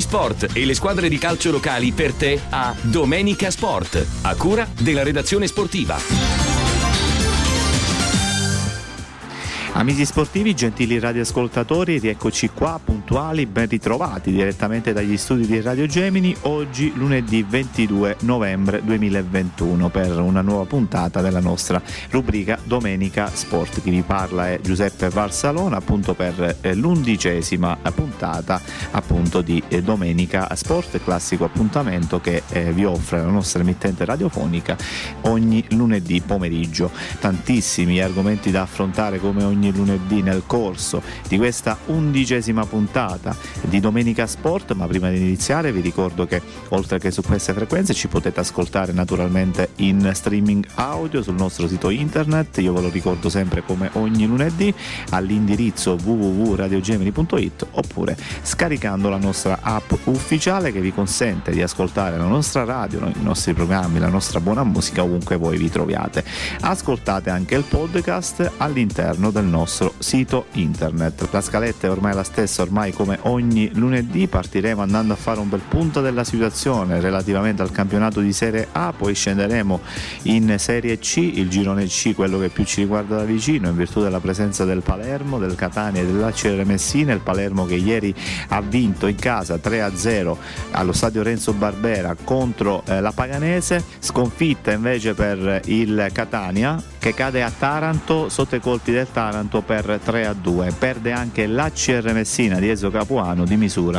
sport e le squadre di calcio locali per te a Domenica Sport, a cura della redazione sportiva. Amici sportivi, gentili radioascoltatori, rieccoci qua puntuali, ben ritrovati direttamente dagli studi di Radio Gemini, oggi lunedì 22 novembre 2021 per una nuova puntata della nostra rubrica Domenica Sport. Chi vi parla è Giuseppe Varsalona, appunto per l'11ª puntata appunto di Domenica Sport, classico appuntamento che vi offre la nostra emittente radiofonica ogni lunedì pomeriggio. Tantissimi argomenti da affrontare come ogni lunedì nel corso di questa 11ª puntata di Domenica Sport, ma prima di iniziare vi ricordo che oltre che su queste frequenze ci potete ascoltare naturalmente in streaming audio sul nostro sito internet. Io ve lo ricordo sempre come ogni lunedì all'indirizzo www.radiogemini.it, oppure scaricando la nostra app ufficiale che vi consente di ascoltare la nostra radio, i nostri programmi, la nostra buona musica ovunque voi vi troviate. Ascoltate anche il podcast all'interno del nostro sito internet. La scaletta è ormai la stessa, ormai come ogni lunedì partiremo andando a fare un bel punto della situazione relativamente al campionato di Serie A, poi scenderemo in Serie C, il girone C, quello che più ci riguarda da vicino in virtù della presenza del Palermo, del Catania e dell'ACR Messina. Il Palermo che ieri ha vinto in casa 3-0 allo stadio Renzo Barbera contro la Paganese, sconfitta invece per il Catania che cade a Taranto sotto i colpi del Taranto per 3-2. Perde anche l'ACR Messina di Ezo Capuano di misura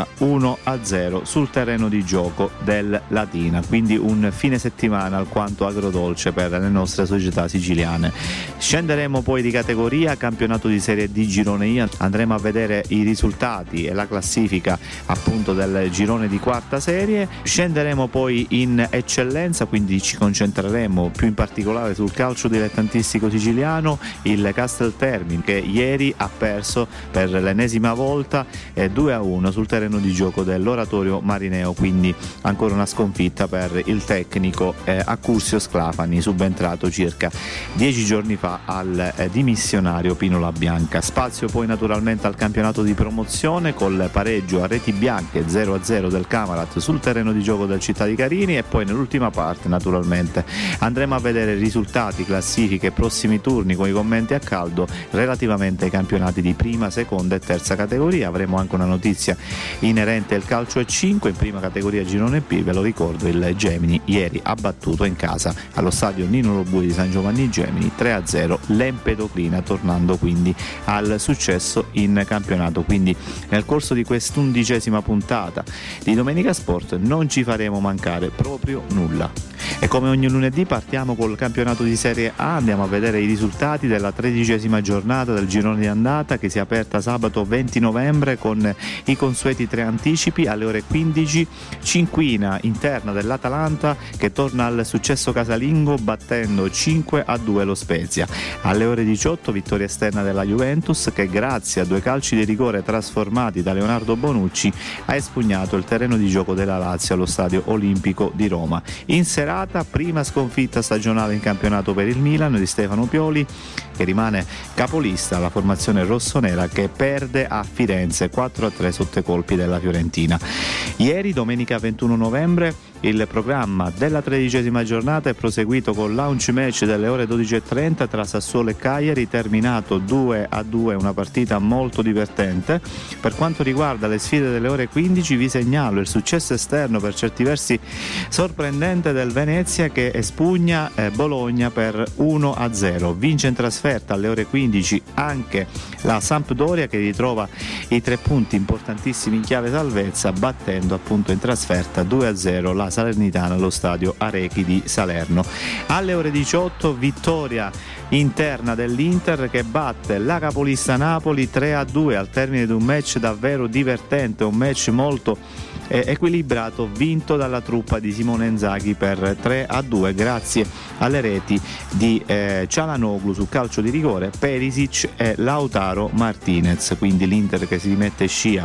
1-0 sul terreno di gioco del Latina, quindi un fine settimana alquanto agrodolce per le nostre società siciliane. Scenderemo poi di categoria, campionato di Serie D girone I, andremo a vedere i risultati e la classifica appunto del girone di quarta serie. Scenderemo poi in eccellenza, quindi ci concentreremo più in particolare sul calcio dilettantistico siciliano. Il Casteltermine che ieri ha perso per l'ennesima volta 2-1 sul terreno di gioco dell'Oratorio Marineo, quindi ancora una sconfitta per il tecnico Accursio Sclafani, subentrato circa 10 giorni fa al dimissionario Pino La Bianca. Spazio poi naturalmente al campionato di promozione col pareggio a reti bianche 0-0 del Camarat sul terreno di gioco del Città di Carini, e poi nell'ultima parte naturalmente andremo a vedere risultati, classifiche, prossimi turni con i commenti a caldo relativamente ai campionati di prima, seconda e terza categoria. Avremo anche una notizia inerente al calcio E5 in prima categoria girone B. Ve lo ricordo, il Gemini ieri ha battuto in casa allo stadio Nino Lobui di San Giovanni Gemini 3-0 l'Empedoclina, tornando quindi al successo in campionato. Quindi nel corso di quest'11ª puntata di Domenica Sport non ci faremo mancare proprio nulla. E come ogni lunedì partiamo col campionato di Serie A, andiamo a vedere i risultati della 13ª giornata del girone di andata che si è aperta sabato 20 novembre con i consueti 3 anticipi. Alle ore 15 cinquina interna dell'Atalanta che torna al successo casalingo battendo 5-2 lo Spezia. Alle ore 18 vittoria esterna della Juventus che grazie a 2 calci di rigore trasformati da Leonardo Bonucci ha espugnato il terreno di gioco della Lazio allo stadio Olimpico di Roma. In serata prima sconfitta stagionale in campionato per il Milan di Stefano Pioli, che rimane capolista, la formazione rossonera che perde a Firenze 4-3 sotto i colpi della Fiorentina. Ieri, domenica 21 novembre, il programma della 13ª giornata è proseguito con launch match delle ore 12:30 tra Sassuolo e Cagliari, terminato 2-2, una partita molto divertente. Per quanto riguarda le sfide delle ore 15 vi segnalo il successo esterno per certi versi sorprendente del Venezia che espugna Bologna per 1-0. Vince in trasferta alle ore 15 anche la Sampdoria che ritrova i 3 punti importantissimi in chiave salvezza, battendo appunto in trasferta 2-0 la Salernitana allo stadio Arechi di Salerno. Alle ore 18 vittoria interna dell'Inter che batte la capolista Napoli 3-2 al termine di un match davvero divertente, un match molto equilibrato, vinto dalla truppa di Simone Inzaghi per 3-2 grazie alle reti di Çalhanoğlu su calcio di rigore, Perisic e Lautaro Martinez. Quindi l'Inter che si rimette scia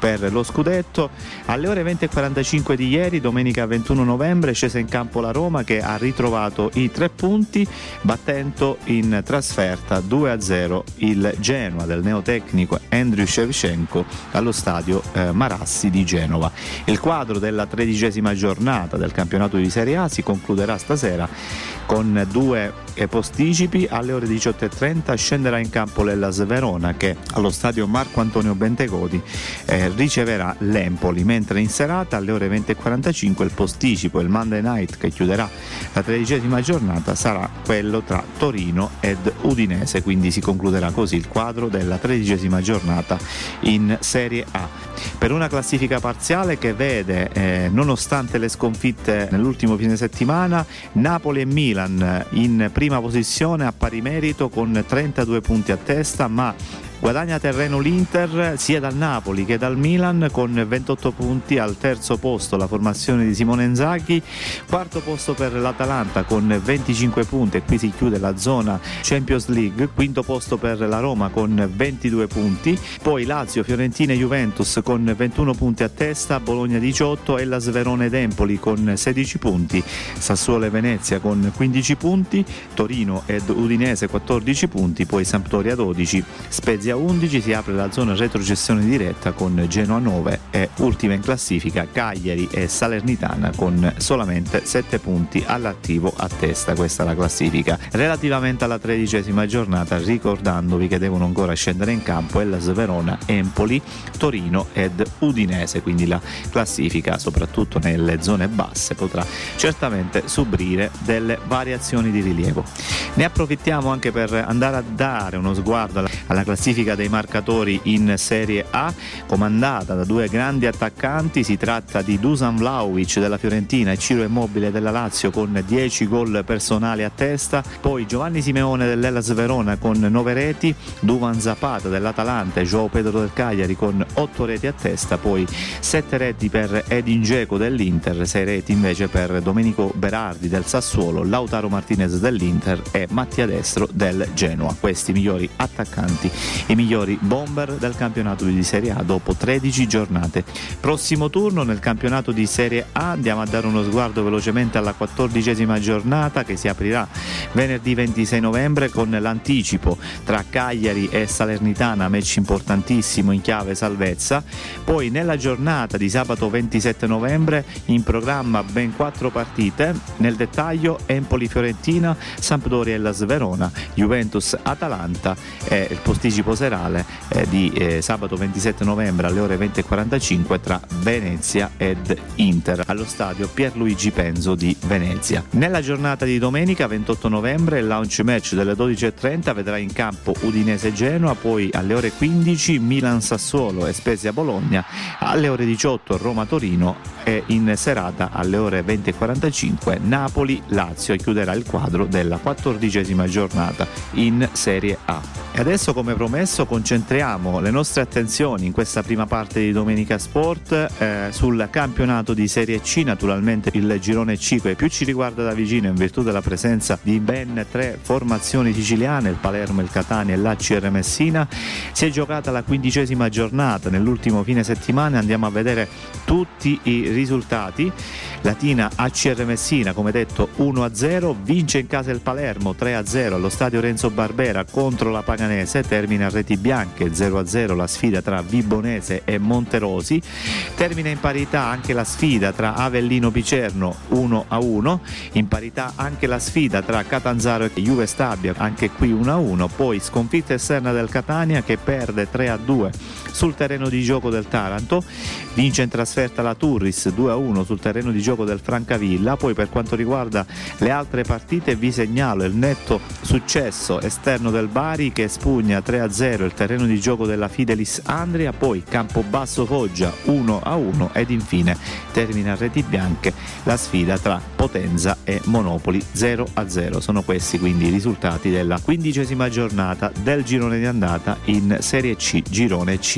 per lo scudetto. Alle ore 20:45 di ieri, domenica 21 novembre, è scesa in campo la Roma, che ha ritrovato i 3 punti battendo in trasferta 2-0 il Genoa del neotecnico Andriy Shevchenko allo stadio Marassi di Genova. Il quadro della 13ª giornata del campionato di Serie A si concluderà stasera con 2 posticipi. Alle ore 18:30 scenderà in campo l'Hellas Verona, che allo stadio Marco Antonio Bentegodi riceverà l'Empoli, mentre in serata alle ore 20:45 il posticipo, il Monday Night che chiuderà la 13ª giornata, sarà quello tra Torino ed Udinese, quindi si concluderà così il quadro della 13ª giornata in Serie A. Per una classifica parziale che vede, nonostante le sconfitte nell'ultimo fine settimana, Napoli e Milan in prima posizione a pari merito con 32 punti a testa, ma guadagna terreno l'Inter sia dal Napoli che dal Milan con 28 punti. Al terzo posto la formazione di Simone Inzaghi, quarto posto per l'Atalanta con 25 punti e qui si chiude la zona Champions League, quinto posto per la Roma con 22 punti, poi Lazio, Fiorentina e Juventus con 21 punti a testa, Bologna 18, Hellas Verona ed Empoli con 16 punti, Sassuolo e Venezia con 15 punti, Torino ed Udinese 14 punti, poi Sampdoria 12, Spezia 11, si apre la zona retrocessione diretta con Genoa 9 e ultima in classifica Cagliari e Salernitana con solamente 7 punti all'attivo a testa. Questa è la classifica. Relativamente alla 13ª giornata, ricordandovi che devono ancora scendere in campo Hellas Verona, Empoli, Torino ed Udinese, quindi la classifica soprattutto nelle zone basse potrà certamente subire delle variazioni di rilievo. Ne approfittiamo anche per andare a dare uno sguardo alla classifica dei marcatori in Serie A, comandata da 2 grandi attaccanti. Si tratta di Dusan Vlahovic della Fiorentina e Ciro Immobile della Lazio con 10 gol personali a testa, poi Giovanni Simeone dell'Hellas Verona con 9 reti, Duvan Zapata dell'Atalanta e João Pedro del Cagliari con 8 reti a testa, poi 7 reti per Edin Dzeko dell'Inter, 6 reti invece per Domenico Berardi del Sassuolo, Lautaro Martinez dell'Inter e Mattia Destro del Genoa. Questi i migliori attaccanti, i migliori bomber del campionato di Serie A dopo 13 giornate. Prossimo turno nel campionato di Serie A, andiamo a dare uno sguardo velocemente alla 14ª giornata che si aprirà venerdì 26 novembre con l'anticipo tra Cagliari e Salernitana, match importantissimo in chiave salvezza. Poi nella giornata di sabato 27 novembre in programma ben 4 partite, nel dettaglio Empoli-Fiorentina, Sampdoria-Hellas Verona, Juventus-Atalanta e il posticipo serale di sabato 27 novembre alle ore 20:45 tra Venezia ed Inter allo stadio Pierluigi Penzo di Venezia. Nella giornata di domenica 28 novembre il launch match delle 12:30 vedrà in campo Udinese-Genoa, poi alle ore 15 Milan-Sassuolo e Spezia-Bologna, alle ore 18 Roma-Torino e in serata alle ore 20:45 Napoli-Lazio, e chiuderà il quadro della 14ª giornata in Serie A. E adesso, come promesso, concentriamo le nostre attenzioni in questa prima parte di Domenica Sport sul campionato di Serie C, naturalmente il girone C che più ci riguarda da vicino in virtù della presenza di ben 3 formazioni siciliane, il Palermo, il Catania e l'ACR Messina. Si è giocata la 15ª giornata nell'ultimo fine settimana, andiamo a vedere tutti i risultati. Latina ACR Messina, come detto, 1-0, vince in casa il Palermo 3-0 allo stadio Renzo Barbera contro la Paganese, termina a reti bianche 0-0 la sfida tra Vibonese e Monterosi, termina in parità anche la sfida tra Avellino Picerno 1-1, in parità anche la sfida tra Catanzaro e Juve Stabia, anche qui 1-1, poi sconfitta esterna del Catania che perde 3-2 sul terreno di gioco del Taranto, vince in trasferta la Turris 2-1 sul terreno di gioco del Francavilla. Poi per quanto riguarda le altre partite vi segnalo il netto successo esterno del Bari che spugna 3-0 il terreno di gioco della Fidelis Andria, poi Campobasso Foggia 1-1 ed infine termina a reti bianche la sfida tra Potenza e Monopoli 0-0. Sono questi quindi i risultati della 15ª giornata del girone di andata in Serie C, girone C.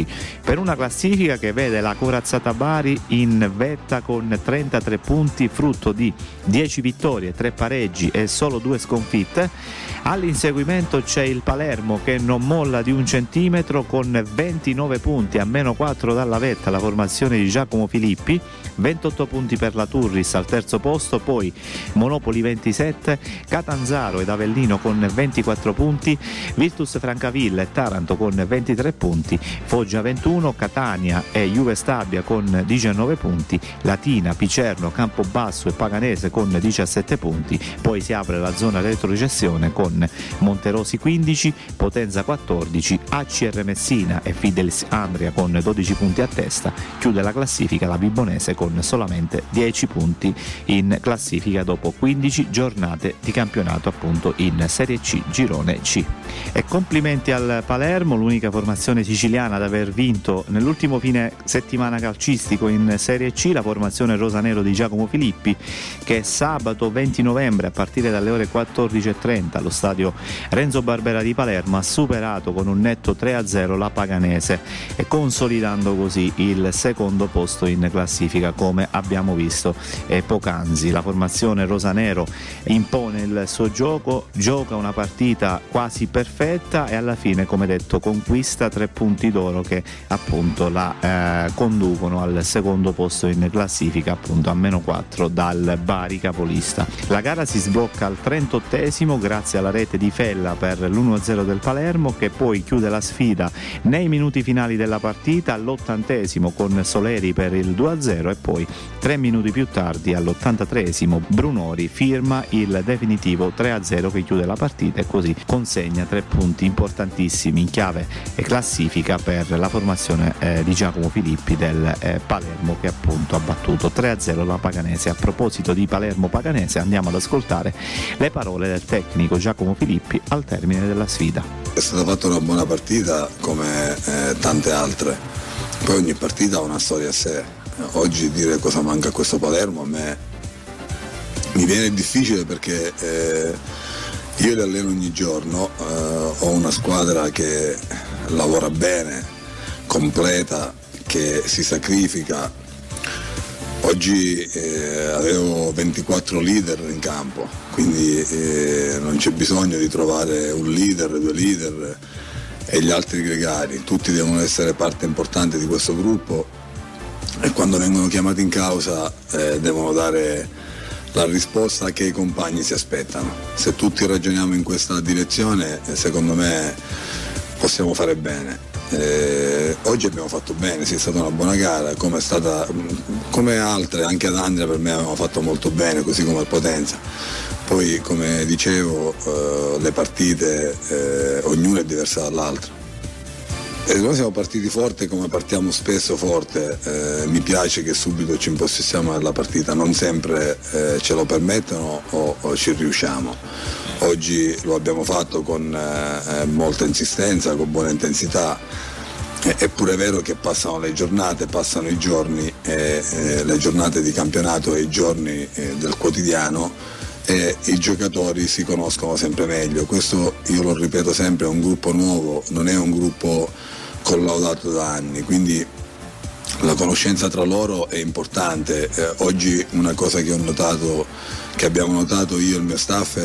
15, per una classifica che vede la corazzata Bari in vetta con 33 punti, frutto di 10 vittorie, 3 pareggi e solo 2 sconfitte. All'inseguimento c'è il Palermo che non molla di un centimetro con 29 punti, a meno 4 dalla vetta, la formazione di Giacomo Filippi, 28 punti per la Turris al terzo posto, poi Monopoli 27, Catanzaro ed Avellino con 24 punti, Virtus Francavilla e Taranto con 23 punti, Foggia 21, Catania e Juve Stabia con 19 punti, Latina, Picerno, Campobasso e Paganese con 17 punti, poi si apre la zona retrocessione con Monterosi 15, Potenza 14, ACR Messina e Fidelis Andria con 12 punti a testa, chiude la classifica la Vibonese con solamente 10 punti in classifica dopo 15 giornate di campionato appunto in Serie C, Girone C. E complimenti al Palermo, l'unica formazione siciliana ad aver vinto nell'ultimo fine settimana calcistico in Serie C, la formazione rosanero di Giacomo Filippi, che sabato 20 novembre a partire dalle ore 14:30 allo stadio Renzo Barbera di Palermo ha superato con un netto 3-0 la Paganese e consolidando così il secondo posto in classifica, come abbiamo visto poc'anzi. La formazione rosanero impone il suo gioco, gioca una partita quasi perfetta e alla fine, come detto, conquista 3 punti d'oro che appunto la conducono al secondo posto in classifica, appunto a meno 4 dal Bari capolista. La gara si sblocca al 38esimo grazie alla rete di Fella per l'1-0 del Palermo, che poi chiude la sfida nei minuti finali della partita all'80esimo con Soleri per il 2-0 e poi 3 minuti più tardi all'83esimo Brunori firma il definitivo 3-0 che chiude la partita e così consegna 3 punti importantissimi in chiave e classifica per la formazione di Giacomo Filippi del Palermo, che appunto ha battuto 3-0 la Paganese. A proposito di Palermo Paganese, andiamo ad ascoltare le parole del tecnico Giacomo Filippi al termine della sfida. È stata fatta una buona partita come tante altre, poi ogni partita ha una storia a sé. Oggi dire cosa manca a questo Palermo a me mi viene difficile, perché io li alleno ogni giorno, ho una squadra che lavora bene, completa, che si sacrifica. Oggi avevo 24 leader in campo, quindi non c'è bisogno di trovare un leader, 2 leader e gli altri gregari, tutti devono essere parte importante di questo gruppo e quando vengono chiamati in causa devono dare la risposta che i compagni si aspettano. Se tutti ragioniamo in questa direzione, secondo me possiamo fare bene. Oggi abbiamo fatto bene, sì, è stata una buona gara, come altre, anche ad Andria per me abbiamo fatto molto bene, così come al Potenza. Poi, come dicevo, le partite ognuna è diversa dall'altra. Noi siamo partiti forte come partiamo spesso forte, mi piace che subito ci impossessiamo della partita, non sempre ce lo permettono o ci riusciamo. Oggi lo abbiamo fatto con molta insistenza, con buona intensità. È pure vero che passano le giornate, passano i giorni, le giornate di campionato e i giorni del quotidiano, e i giocatori si conoscono sempre meglio. Questo io lo ripeto sempre, è un gruppo nuovo, non è un gruppo collaudato da anni, quindi la conoscenza tra loro è importante. Oggi una cosa che ho notato, che abbiamo notato io e il mio staff,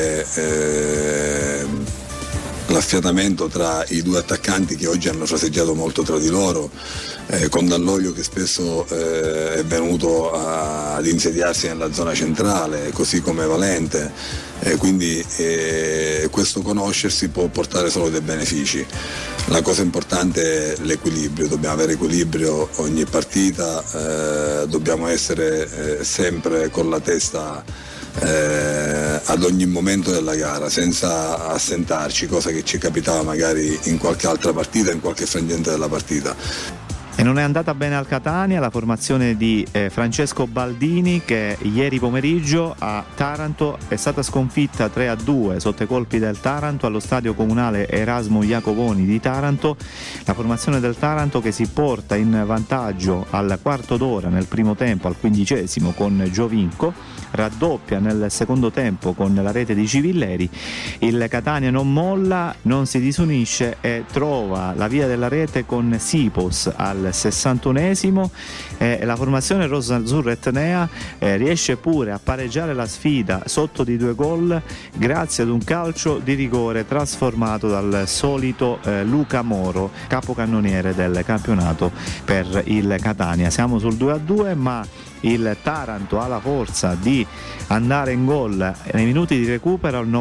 è l'affiatamento tra i 2 attaccanti che oggi hanno fraseggiato molto tra di loro, con Dall'Oglio che spesso è venuto ad insediarsi nella zona centrale, così come Valente, quindi questo conoscersi può portare solo dei benefici. La cosa importante è l'equilibrio, dobbiamo avere equilibrio ogni partita, dobbiamo essere sempre con la testa ad ogni momento della gara, senza assentarci, cosa che ci capitava magari in qualche altra partita, in qualche frangente della partita. E non è andata bene al Catania la formazione di Francesco Baldini, che ieri pomeriggio a Taranto è stata sconfitta 3-2 sotto i colpi del Taranto allo stadio comunale Erasmo Iacovoni di Taranto. La formazione del Taranto che si porta in vantaggio al quarto d'ora nel primo tempo, al 15° con Giovinco, raddoppia nel secondo tempo con la rete di Civilleri. Il Catania non molla, non si disunisce e trova la via della rete con Sipos al 61°. La formazione rosazzurra etnea riesce pure a pareggiare la sfida sotto di 2 gol grazie ad un calcio di rigore trasformato dal solito Luca Moro, capocannoniere del campionato per il Catania. Siamo sul 2-2, ma il Taranto ha la forza di andare in gol nei minuti di recupero al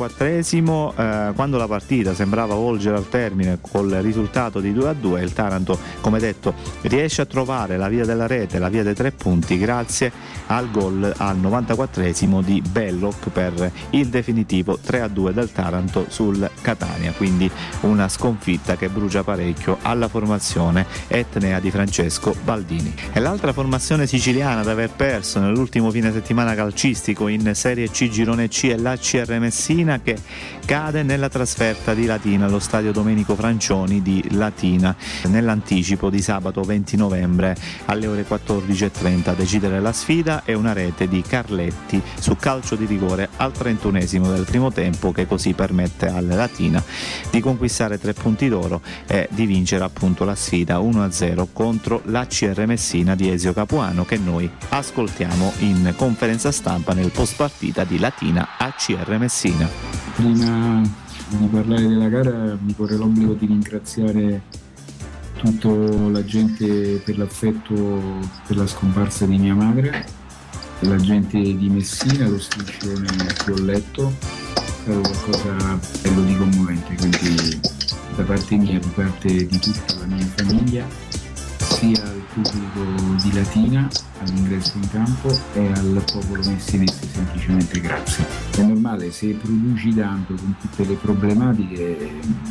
94°, quando la partita sembrava volgere al termine col risultato di 2-2. Il Taranto, come detto, riesce a trovare la via della rete, la via dei 3 punti, grazie al gol al 94° di Belloc per il definitivo 3-2 del Taranto sul Catania. Quindi una sconfitta che brucia parecchio alla formazione etnea di Francesco Baldini. E l'altra formazione siciliana ad aver perso nell'ultimo fine settimana calcistico in Serie C Girone C è l'ACR Messina, che cade nella trasferta di Latina allo stadio Domenico Francioni di Latina nell'anticipo di sabato 20 novembre alle ore 14:30. A decidere la sfida è una rete di Carletti su calcio di rigore al 31° del primo tempo, che così permette alla Latina di conquistare 3 punti d'oro e di vincere appunto la sfida 1-0 contro l'ACR Messina di Ezio Capuano, che noi ascoltiamo in conferenza stampa nel post partita di Latina ACR Messina. Prima di parlare della gara mi corre l'obbligo di ringraziare tutta la gente per l'affetto per la scomparsa di mia madre, per la gente di Messina, lo striscione che ho letto, è qualcosa bello di commovente, quindi da parte mia, da parte di tutta la mia famiglia, sia al pubblico di Latina all'ingresso in campo e al popolo messinese semplicemente grazie. È normale, se produci tanto con tutte le problematiche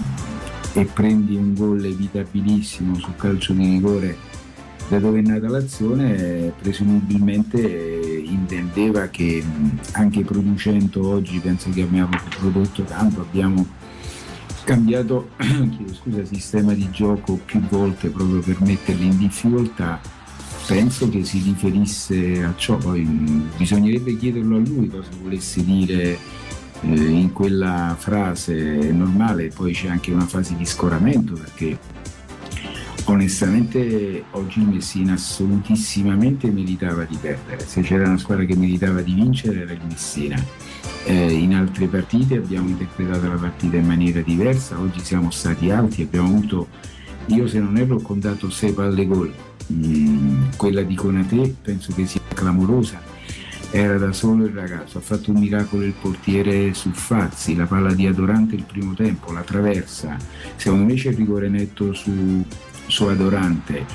e prendi un gol evitabilissimo sul calcio di rigore da dove è nata l'azione, presumibilmente intendeva che anche producendo oggi, penso che abbiamo prodotto tanto, abbiamo cambiato sistema di gioco più volte proprio per metterli in difficoltà. Penso che si riferisse a ciò, poi bisognerebbe chiederlo a lui cosa volesse dire in quella frase. È normale, poi c'è anche una fase di scoramento, perché onestamente oggi il Messina assolutissimamente meritava di perdere. Se c'era una squadra che meritava di vincere era il Messina. In altre partite abbiamo interpretato la partita in maniera diversa, oggi siamo stati alti, abbiamo avuto, io se non erro ho contato 6 palle gol, quella di Konaté penso che sia clamorosa, era da solo il ragazzo, ha fatto un miracolo il portiere su Fazzi, la palla di Adorante il primo tempo, la traversa, secondo me c'è il rigore netto su Adorante,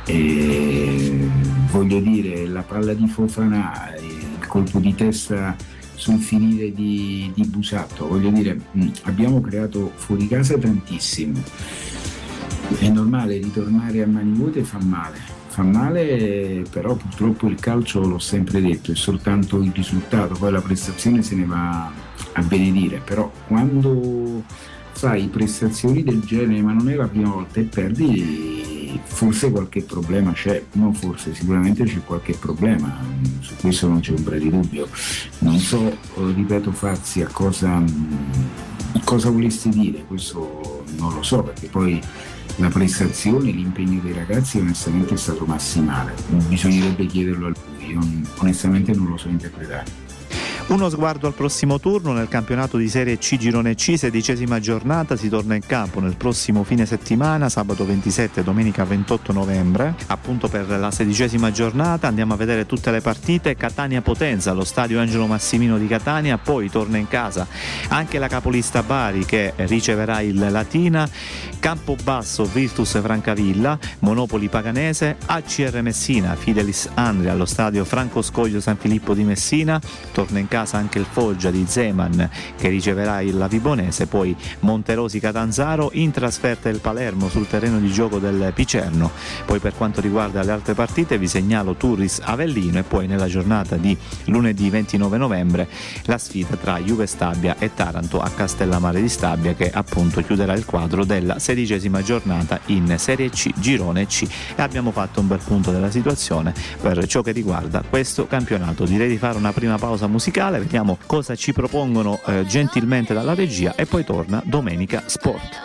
voglio dire, la palla di Fofana, il colpo di testa sul finire di Busatto, voglio dire, abbiamo creato fuori casa tantissimo. È normale, ritornare a mani vuote fa male, però purtroppo il calcio, l'ho sempre detto, è soltanto il risultato, poi la prestazione se ne va a benedire, però quando fai prestazioni del genere, ma non è la prima volta, e perdi, forse qualche problema c'è, non forse, sicuramente c'è qualche problema, su questo non c'è ombra di dubbio. Non so, ripeto, Fazzi, a cosa volesse dire, questo non lo so, perché poi la prestazione, l'impegno dei ragazzi onestamente è stato massimale, bisognerebbe chiederlo a lui, io onestamente non lo so interpretare. Uno sguardo al prossimo turno nel campionato di Serie C Girone C, 16ª giornata, si torna in campo nel prossimo fine settimana, sabato 27 e domenica 28 novembre, appunto per la 16ª giornata. Andiamo a vedere tutte le partite. Catania-Potenza allo stadio Angelo Massimino di Catania, poi torna in casa anche la capolista Bari che riceverà il Latina, Campobasso Virtus Francavilla, Monopoli Paganese, ACR Messina Fidelis Andria allo stadio Franco Scoglio San Filippo di Messina, torna in casa anche il Foggia di Zeman che riceverà la Vibonese, poi Monterosi Catanzaro, in trasferta il Palermo sul terreno di gioco del Picerno. Poi per quanto riguarda le altre partite vi segnalo Turris Avellino, e poi nella giornata di lunedì 29 novembre la sfida tra Juve Stabia e Taranto a Castellammare di Stabia, che appunto chiuderà il quadro della 16ª giornata in Serie C, Girone C, e abbiamo fatto un bel punto della situazione per ciò che riguarda questo campionato. Direi di fare una prima pausa musicale, vediamo cosa ci propongono gentilmente dalla regia, e poi torna Domenica Sport.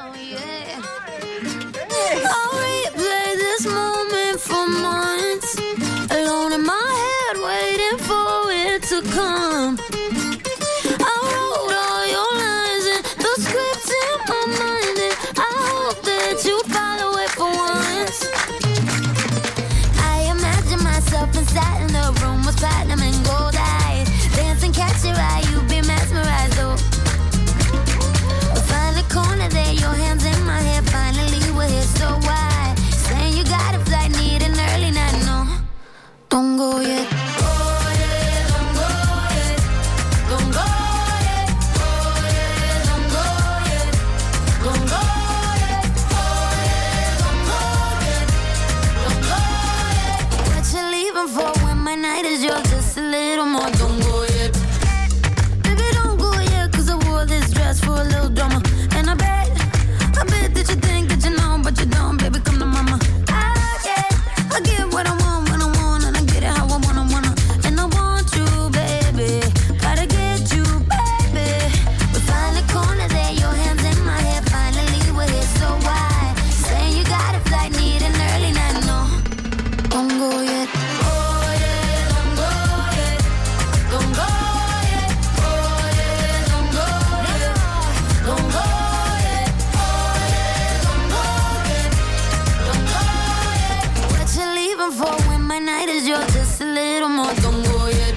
Inside in the room with platinum and gold eyes, dance and catch your eye, you be mesmerized. Oh, we'll find the corner there, your hands in my hair. Finally we're here, so why? Saying you got a flight, need an early night. No, don't go yet. Oh yeah, don't go yet. Don't go yet. Oh yeah, don't go yet. Don't go yet. Oh yeah, don't go yet. Don't go yet. What you leaving for when my night is yours? Just a little more. Don't go yet. Baby, don't go yet, 'cause I wore this dress for a little drama. And I bet that you think that you know, but you don't. Baby, come to mama. I get what I want when I want, and I get it how I wanna. And I want you, baby. Gotta get you, baby. We find the corner there, your hands in my hair. Finally we're here, so why? Saying you got a flight, need an early night. No, don't go yet. Oh yeah, don't go yet. Don't go yet. Oh yeah, don't go yet. Don't go yet. Oh yeah, don't go yet. Don't go yet. What you leaving for when my night is yours? Just a little more. Don't go yet.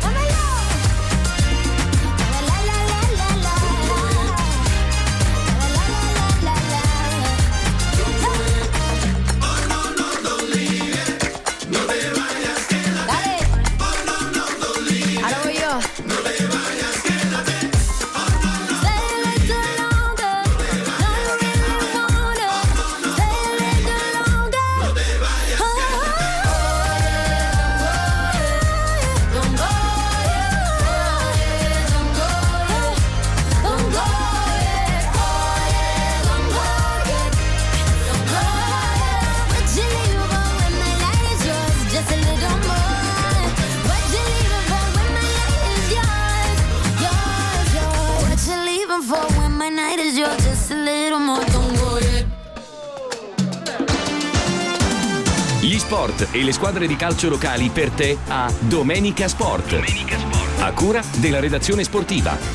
Gli sport e le squadre di calcio locali per te a Domenica Sport. A cura della redazione sportiva.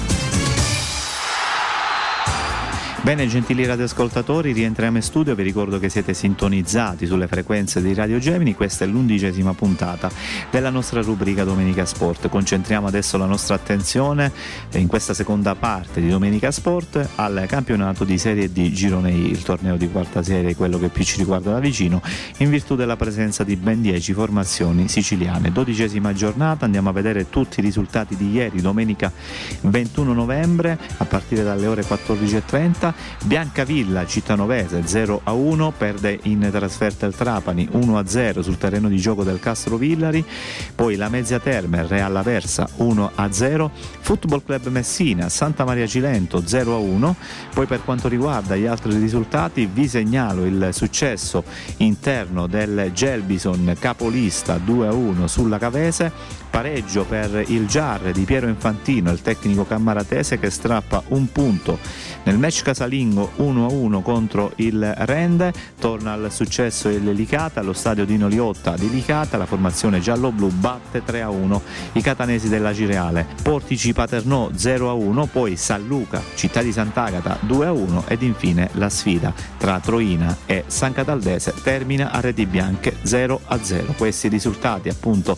Bene, gentili radioascoltatori, rientriamo in studio. Vi ricordo che siete sintonizzati sulle frequenze di Radio Gemini. Questa è l'11ª puntata della nostra rubrica Domenica Sport. Concentriamo adesso la nostra attenzione in questa seconda parte di Domenica Sport al campionato di Serie D Girone I, il torneo di quarta serie, quello che più ci riguarda da vicino, in virtù della presenza di ben 10 formazioni siciliane. 12ª giornata, andiamo a vedere tutti i risultati di ieri, domenica 21 novembre, a partire dalle ore 14:30. Biancavilla Cittanovese 0-1, perde in trasferta il Trapani 1-0 sul terreno di gioco del Castro Villari. Poi la Mezzia Terme Real Aversa 1-0, Football Club Messina Santa Maria Cilento 0-1. Poi per quanto riguarda gli altri risultati vi segnalo il successo interno del Gelbison capolista 2-1 sulla Cavese, pareggio per il Giarre di Piero Infantino, il tecnico cammaratese, che strappa un punto nel match casalingo 1-1 contro il Rende. Torna al successo il Licata allo stadio Dino Liotta di Licata, la formazione giallo-blu batte 3-1 i catanesi della Cireale. Portici Paternò 0-1, poi San Luca Città di Sant'Agata 2-1 ed infine la sfida tra Troina e San Cataldese termina a reti bianche 0-0. Questi risultati appunto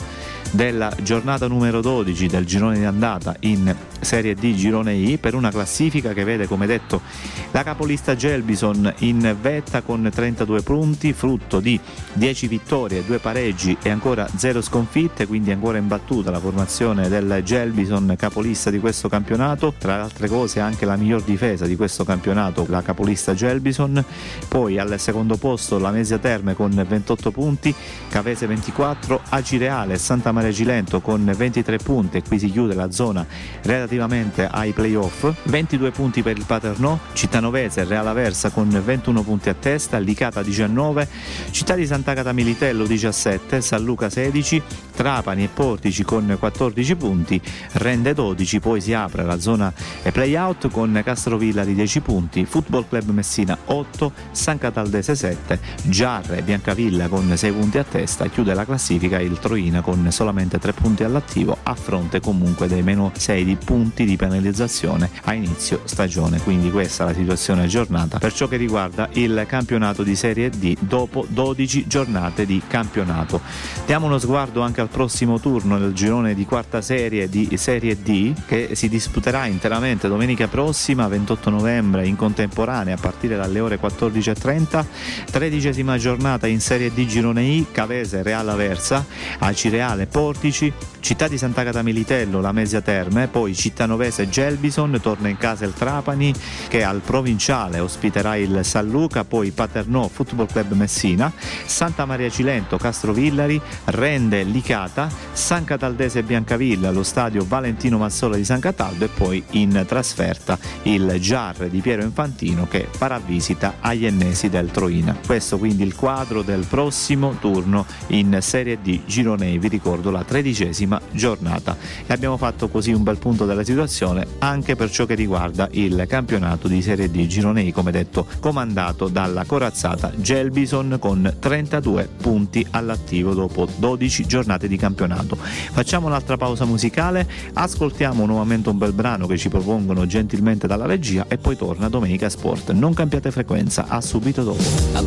della giornata numero 12 del girone di andata in Serie D Girone I, per una classifica che vede, come detto, la capolista Gelbison in vetta con 32 punti, frutto di 10 vittorie, 2 pareggi e ancora 0 sconfitte, quindi ancora imbattuta la formazione del Gelbison, capolista di questo campionato. Tra le altre cose anche la miglior difesa di questo campionato, la capolista Gelbison. Poi al secondo posto la Mesia Terme con 28 punti, Cavese 24, Acireale e Santa Maria Cilento con 23 punti, e qui si chiude la zona relativamente ai playoff. 22 punti per il Paternò, Cittanovese e Real Aversa con 21 punti a testa, Licata 19, Città di Sant'Agata Militello 17, San Luca 16, Trapani e Portici con 14 punti, Rende 12, poi si apre la zona play-out con Castrovillari 10 punti, Football Club Messina 8, San Cataldese 7, Giarre e Biancavilla con 6 punti a testa, chiude la classifica il Troina con solamente 3 punti all'attivo, a fronte comunque dei meno 6 di punti di penalizzazione a inizio stagione. Quindi questa è la situazione aggiornata per ciò che riguarda il campionato di Serie D dopo 12 giornate di campionato. Diamo uno sguardo anche al prossimo turno del girone di quarta serie di Serie D, che si disputerà interamente domenica prossima, 28 novembre, in contemporanea a partire dalle ore 14:30. 13ª giornata in Serie D Girone I, Cavese Real Aversa, Acireale Portici, Città di Sant'Agata Militello la Mesia Terme, poi Cittanovese Gelbison, torna in casa il Trapani che al provinciale ospiterà il San Luca, poi Paternò Football Club Messina, Santa Maria Cilento Castrovillari, Rende Licata, San Cataldese Biancavilla allo stadio Valentino Mazzola di San Cataldo, e poi in trasferta il Giarre di Piero Infantino che farà visita agli ennesi del Troina. Questo quindi il quadro del prossimo turno in Serie D Girone I, vi ricordo la 13ª giornata, e abbiamo fatto così un bel punto della situazione anche per ciò che riguarda il campionato di Serie D Girone I, come detto comandato dalla corazzata Gelbison con 32 punti all'attivo dopo 12 giornate di campionato. Facciamo un'altra pausa musicale, ascoltiamo nuovamente un bel brano che ci propongono gentilmente dalla regia e poi torna Domenica Sport. Non cambiate frequenza, a subito dopo.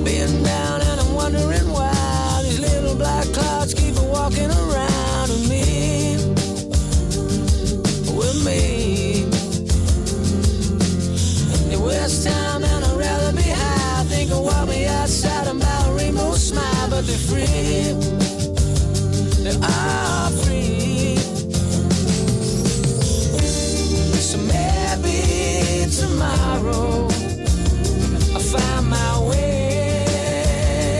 This time and I'd rather be high. Think of what we outside about a rainbow smile, but they're free. They are free. So maybe tomorrow I'll find my way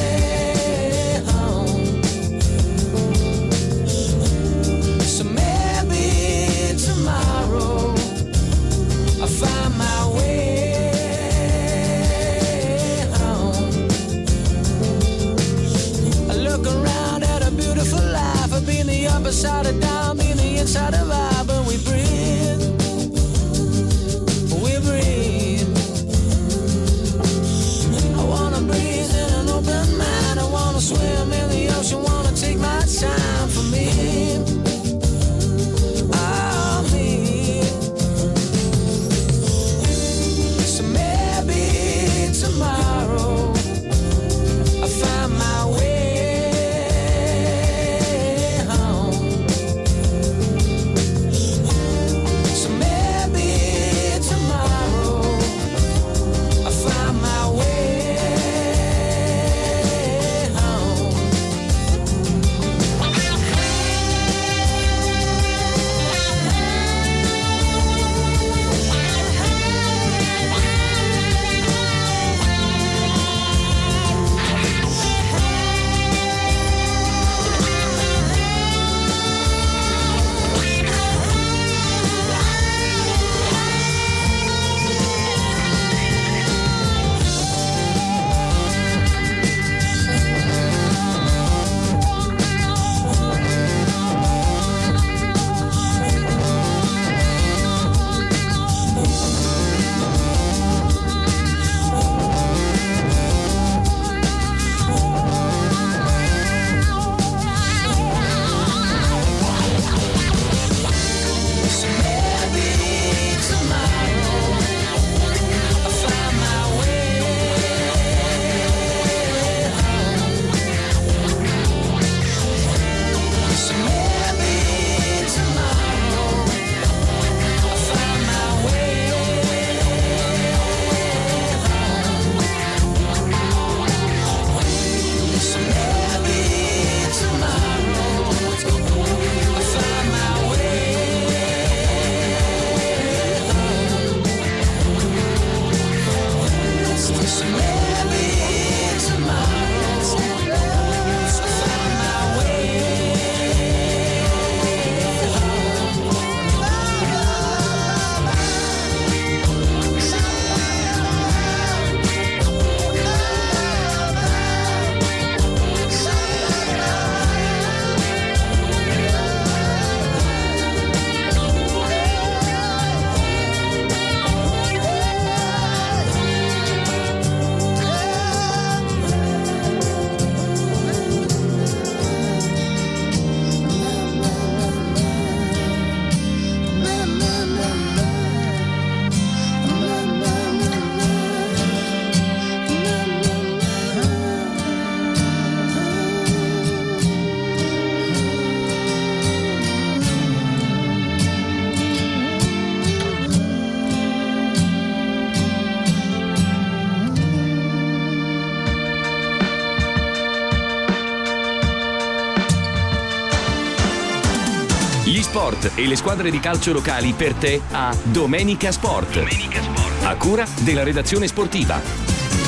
Gli sport e le squadre di calcio locali per te a Domenica Sport. A cura della redazione sportiva.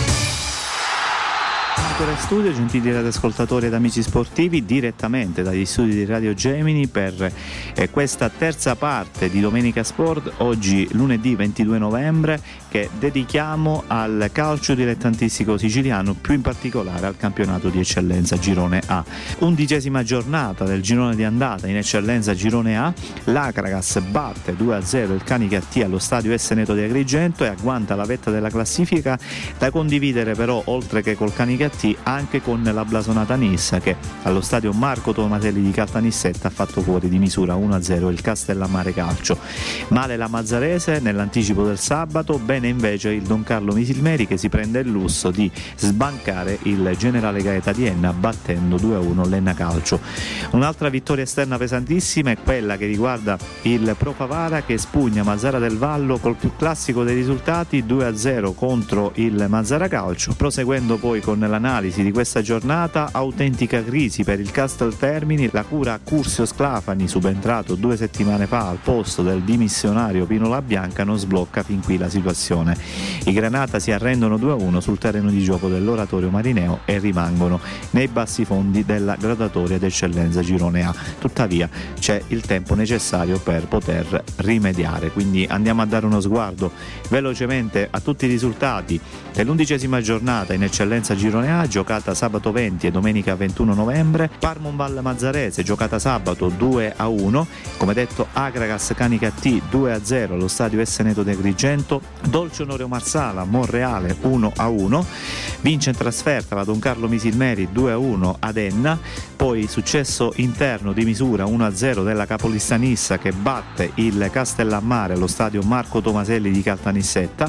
Ancora in studio, gentili radioascoltatori ed amici sportivi, direttamente dagli studi di Radio Gemini per questa terza parte di Domenica Sport, oggi lunedì 22 novembre, che dedichiamo al calcio dilettantistico siciliano, più in particolare al campionato di eccellenza Girone A. 11ª giornata del girone di andata in eccellenza Girone A, l'Acragas batte 2-0 il Canicattì allo stadio S Neto di Agrigento e agguanta la vetta della classifica, da condividere però, oltre che col Canicattì, anche con la blasonata Nissa, che allo stadio Marco Tomaselli di Caltanissetta ha fatto fuori di misura 1-0 il Castellammare Calcio. Male la Mazzarese nell'anticipo del sabato, bene invece il Don Carlo Misilmeri, che si prende il lusso di sbancare il Generale Gaeta di Enna battendo 2-1 l'Enna Calcio. Un'altra vittoria esterna pesantissima è quella che riguarda il Pro Favara, che spugna Mazzara del Vallo col più classico dei risultati, 2-0 contro il Mazzara Calcio, proseguendo poi con l'analisi di questa giornata. Autentica crisi per il Castel Termini, la cura Curzio Sclafani, subentrato 2 settimane fa al posto del dimissionario Pino Labianca, non sblocca fin qui la situazione. I Granata si arrendono 2-1 sul terreno di gioco dell'Oratorio Marineo e rimangono nei bassi fondi della graduatoria d'eccellenza Girone A. Tuttavia c'è il tempo necessario per poter rimediare, quindi andiamo a dare uno sguardo velocemente a tutti i risultati dell'11ª giornata in eccellenza Girone A, giocata sabato 20 e domenica 21 novembre. Parmonval Mazzarese, giocata sabato 2-1, come detto Acragas Canicattì 2-0 allo stadio S Neto di Agrigento. Dolce Onorio Marsala Monreale 1-1, vince in trasferta la Don Carlo Misilmeri 2-1 ad Enna. Poi successo interno di misura 1-0 della capolista Nissa, che batte il Castellammare allo stadio Marco Tomaselli di Caltanissetta.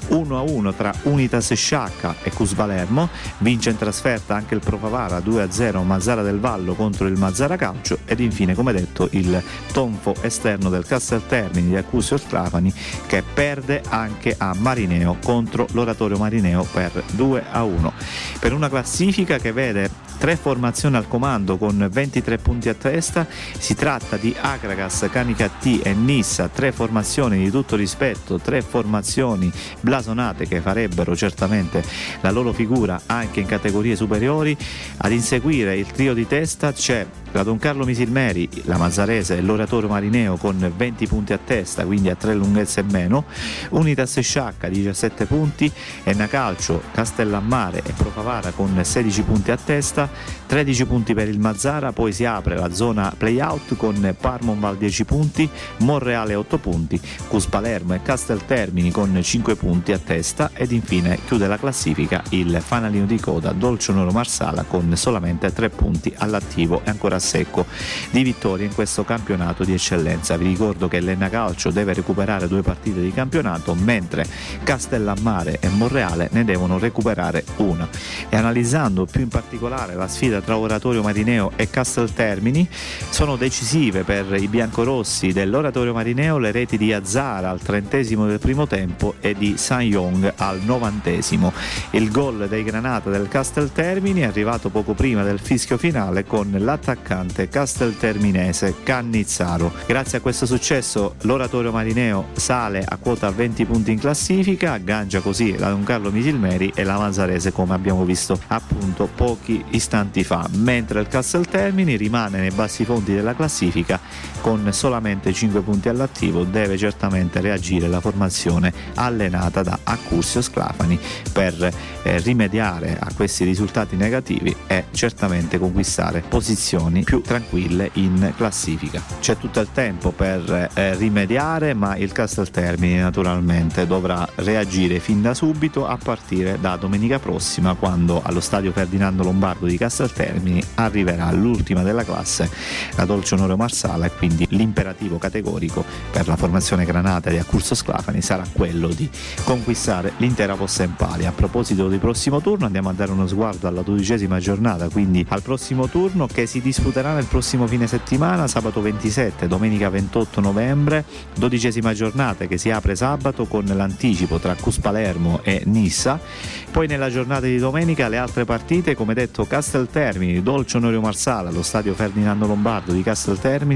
1-1 tra Unitas Sciacca e Cusbalermo, vince in trasferta anche il Pro Favara 2-0 Mazzara del Vallo contro il Mazzara Calcio, ed infine, come detto, il tonfo esterno del Castel Termini di Accusio Sclafani, che perde anche a Marineo contro l'Oratorio Marineo per 2-1, per una classifica che vede 3 formazioni al comando con 23 punti a testa. Si tratta di Acragas, Canicattì e Nissa, 3 formazioni di tutto rispetto, 3 formazioni blasonate che farebbero certamente la loro figura anche in categorie superiori. Ad inseguire il trio di testa c'è la Don Carlo Misilmeri, la Mazzarese e l'Oratorio Marineo con 20 punti a testa, quindi a 3 lunghezze e meno. Unitas Sciacca 17 punti, Enna Calcio, Castellammare e Pro Favara con 16 punti a testa, 13 punti per il Mazzara. Poi si apre la zona playout con Parmonval 10 punti, Monreale 8 punti, Cuspalermo e Castel Termini con 5 punti a testa, ed infine chiude la classifica il fanalino di coda Dolce Onorio Marsala con solamente 3 punti all'attivo e ancora a secco di vittorie in questo campionato di eccellenza. Vi ricordo che l'Enna Calcio deve recuperare 2 partite di campionato, mentre Castellammare e Monreale ne devono recuperare una. E analizzando più in particolare la sfida tra Oratorio Marineo e Castel Termini, sono decisive per i biancorossi dell'Oratorio Marineo le reti di Azzara al 30° del primo tempo e di San Yong al 90°. Il gol dei Granata del Castel Termini è arrivato poco prima del fischio finale con l'attaccante castelterminese Cannizzaro. Grazie a questo successo l'Oratorio Marineo sale a quota 20 punti in classifica, aggancia così la Don Carlo Misilmeri e la Mazzarese, come abbiamo visto appunto pochi istanti fa, mentre il Castel Termini rimane nei bassi fondi della classifica con solamente 5 punti all'attivo. Deve certamente reagire la formazione allenata da Accusio Sclafani per rimediare a questi risultati negativi e certamente conquistare posizioni più tranquille in classifica. C'è tutto il tempo per rimediare, ma il Castel Termini naturalmente dovrà reagire fin da subito, a partire da domenica prossima, quando allo stadio Ferdinando Lombardo di Castel Termini arriverà l'ultima della classe, la Dolce Onorio Marsala, e quindi l'imperativo categorico per la formazione Granata di Accurso Sclafani sarà quello di conquistare l'intera posta in palio. A proposito di prossimo turno, andiamo a dare uno sguardo alla 12ª giornata, quindi al prossimo turno, che si disputerà nel prossimo fine settimana, sabato 27, domenica 28 novembre, 12ª giornata che si apre sabato con l'anticipo tra Cuspalermo e Nissa. Poi nella giornata di domenica le altre partite, come detto, Castel Termini, Dolce Onorio Marsala allo stadio Ferdinando Lombardo di Castel Termini, poi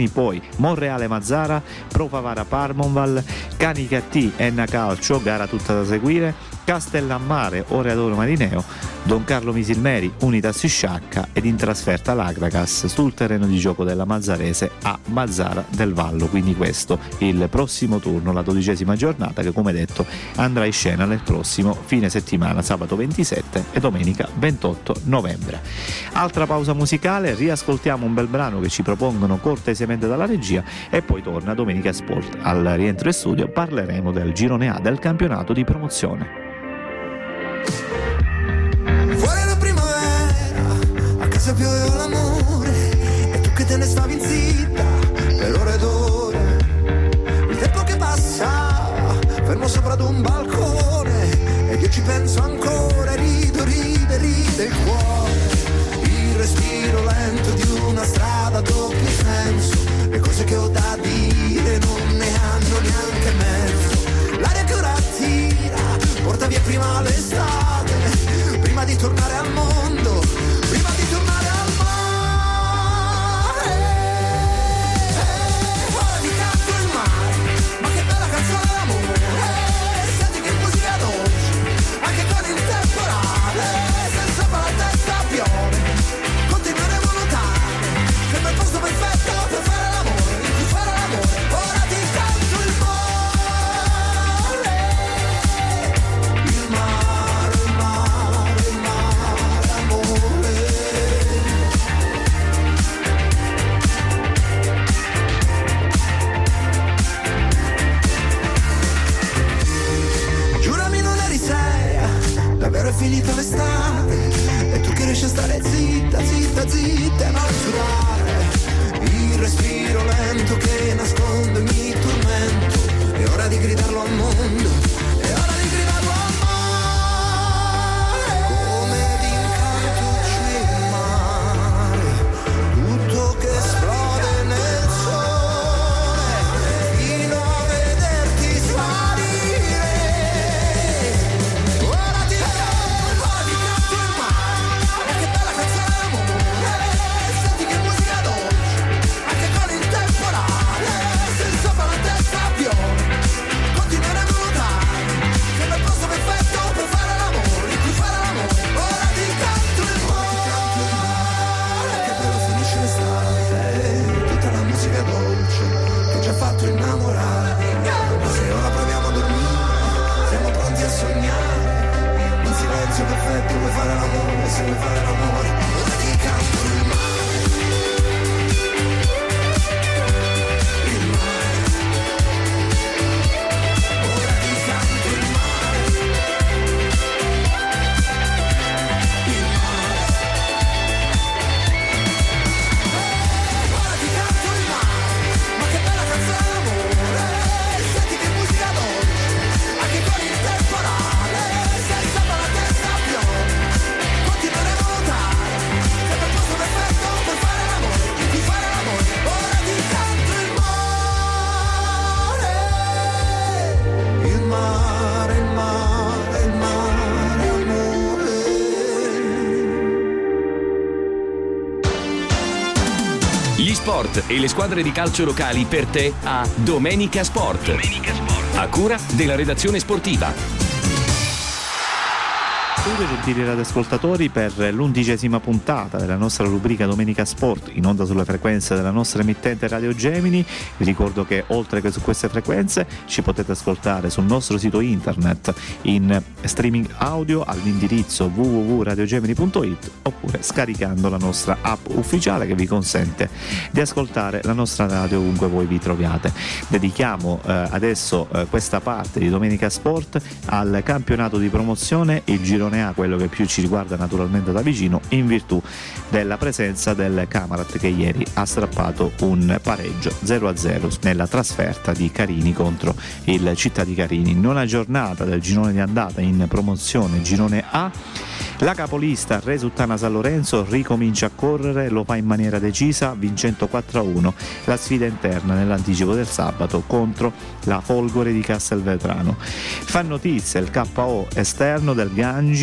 Monreale Mazzara, Pro Favara Parmonval, Canicattì Enna Calcio, gara tutta da seguire, Castellammare Oreadoro Marineo, Don Carlo Misilmeri Unitas Sciacca ed in trasferta l'Agracas sul terreno di gioco della Mazzarese a Mazzara del Vallo. Quindi questo il prossimo turno, la 12ª giornata, che come detto andrà in scena nel prossimo fine settimana, sabato 27 e domenica 28 novembre. Altra pausa musicale, riascoltiamo un bel brano che ci propongono cortesemente dalla regia e poi torna Domenica Sport. Al rientro in studio parleremo del girone A del campionato di promozione. Fuori la primavera, a casa pioveva l'amore e tu che te ne stavi zitta per ore ed ore. Il tempo che passava fermo sopra ad un balcone ed io ci penso ancora, ride il cuore. Il respiro lento di una strada a doppio senso, le cose che ho da dire non ne hanno neanche mezzo. L'aria che ora tira porta via prima l'estate, prima di tornare al mondo, prima di tornare al mare. Ora ti canto il mare, ma che bella canzone d'amore. Senti che musica dolce, anche con il temporale. Senza la testa piove, continueremo a nuotare, che è il posto perfetto per fare l'amore, di fare l'amore. Ora ti canto il mare, il mare, il mare, il mare, amore. Giurami non eri seria, davvero è finita l'estate e tu che riesci a stare zitta, zitta, zitta e non giurare. Il respiro lento che nasconde ogni tormento, è ora di gridarlo al mondo, è ora di gridarlo al mare. Come d'incanto c'è il mare, tutto che esplode nel sole, fino a vederti sparire. Ora ti canto il mare, ma che bella canzone d'amore. Senti che musica dolce, anche con il temporale. Senza la testa piove, continueremo a nuotare, che è il posto perfetto per fare l'amore, di fare l'amore. Ora ti canto il mare, che bello finisce l'estate, tutta la musica dolce che ci ha fatto innamorare. Ma se ora proviamo a dormire, siamo pronti a sognare, in silenzio perfetto per fare l'amore, se vuoi fare l'amore. Ora ti canto il mare, il mare. Ora ti canto il mare, il mare. Ora ti canto il mare, ma che bella canzone d'amore. Senti che musica dolce, anche con il temporale. Senza la testa piove, continueremo a nuotare, che è il posto perfetto per fare l'amore, di fare l'amore. Ora ti canto il mare, il mare, il mare, il mare, amore. Gli sport e le squadre di calcio locali per te a Domenica Sport. A cura della redazione sportiva. Salve gentili radioascoltatori per l'11ª puntata della nostra rubrica Domenica Sport in onda sulle frequenze della nostra emittente Radio Gemini. Vi ricordo che oltre che su queste frequenze ci potete ascoltare sul nostro sito internet in streaming audio all'indirizzo www.radiogemini.it oppure scaricando la nostra app ufficiale che vi consente di ascoltare la nostra radio ovunque voi vi troviate. Dedichiamo adesso questa parte di Domenica Sport al campionato di promozione, il girone A, quello che più ci riguarda naturalmente da vicino, in virtù della presenza del Camarat che ieri ha strappato un pareggio 0-0 nella trasferta di Carini contro il Città di Carini. In una giornata del girone di andata in promozione girone A, la capolista Resuttana San Lorenzo ricomincia a correre, lo fa in maniera decisa vincendo 4-1 la sfida interna nell'anticipo del sabato contro la Folgore di Castelvetrano. Fa notizia il KO esterno del Gangi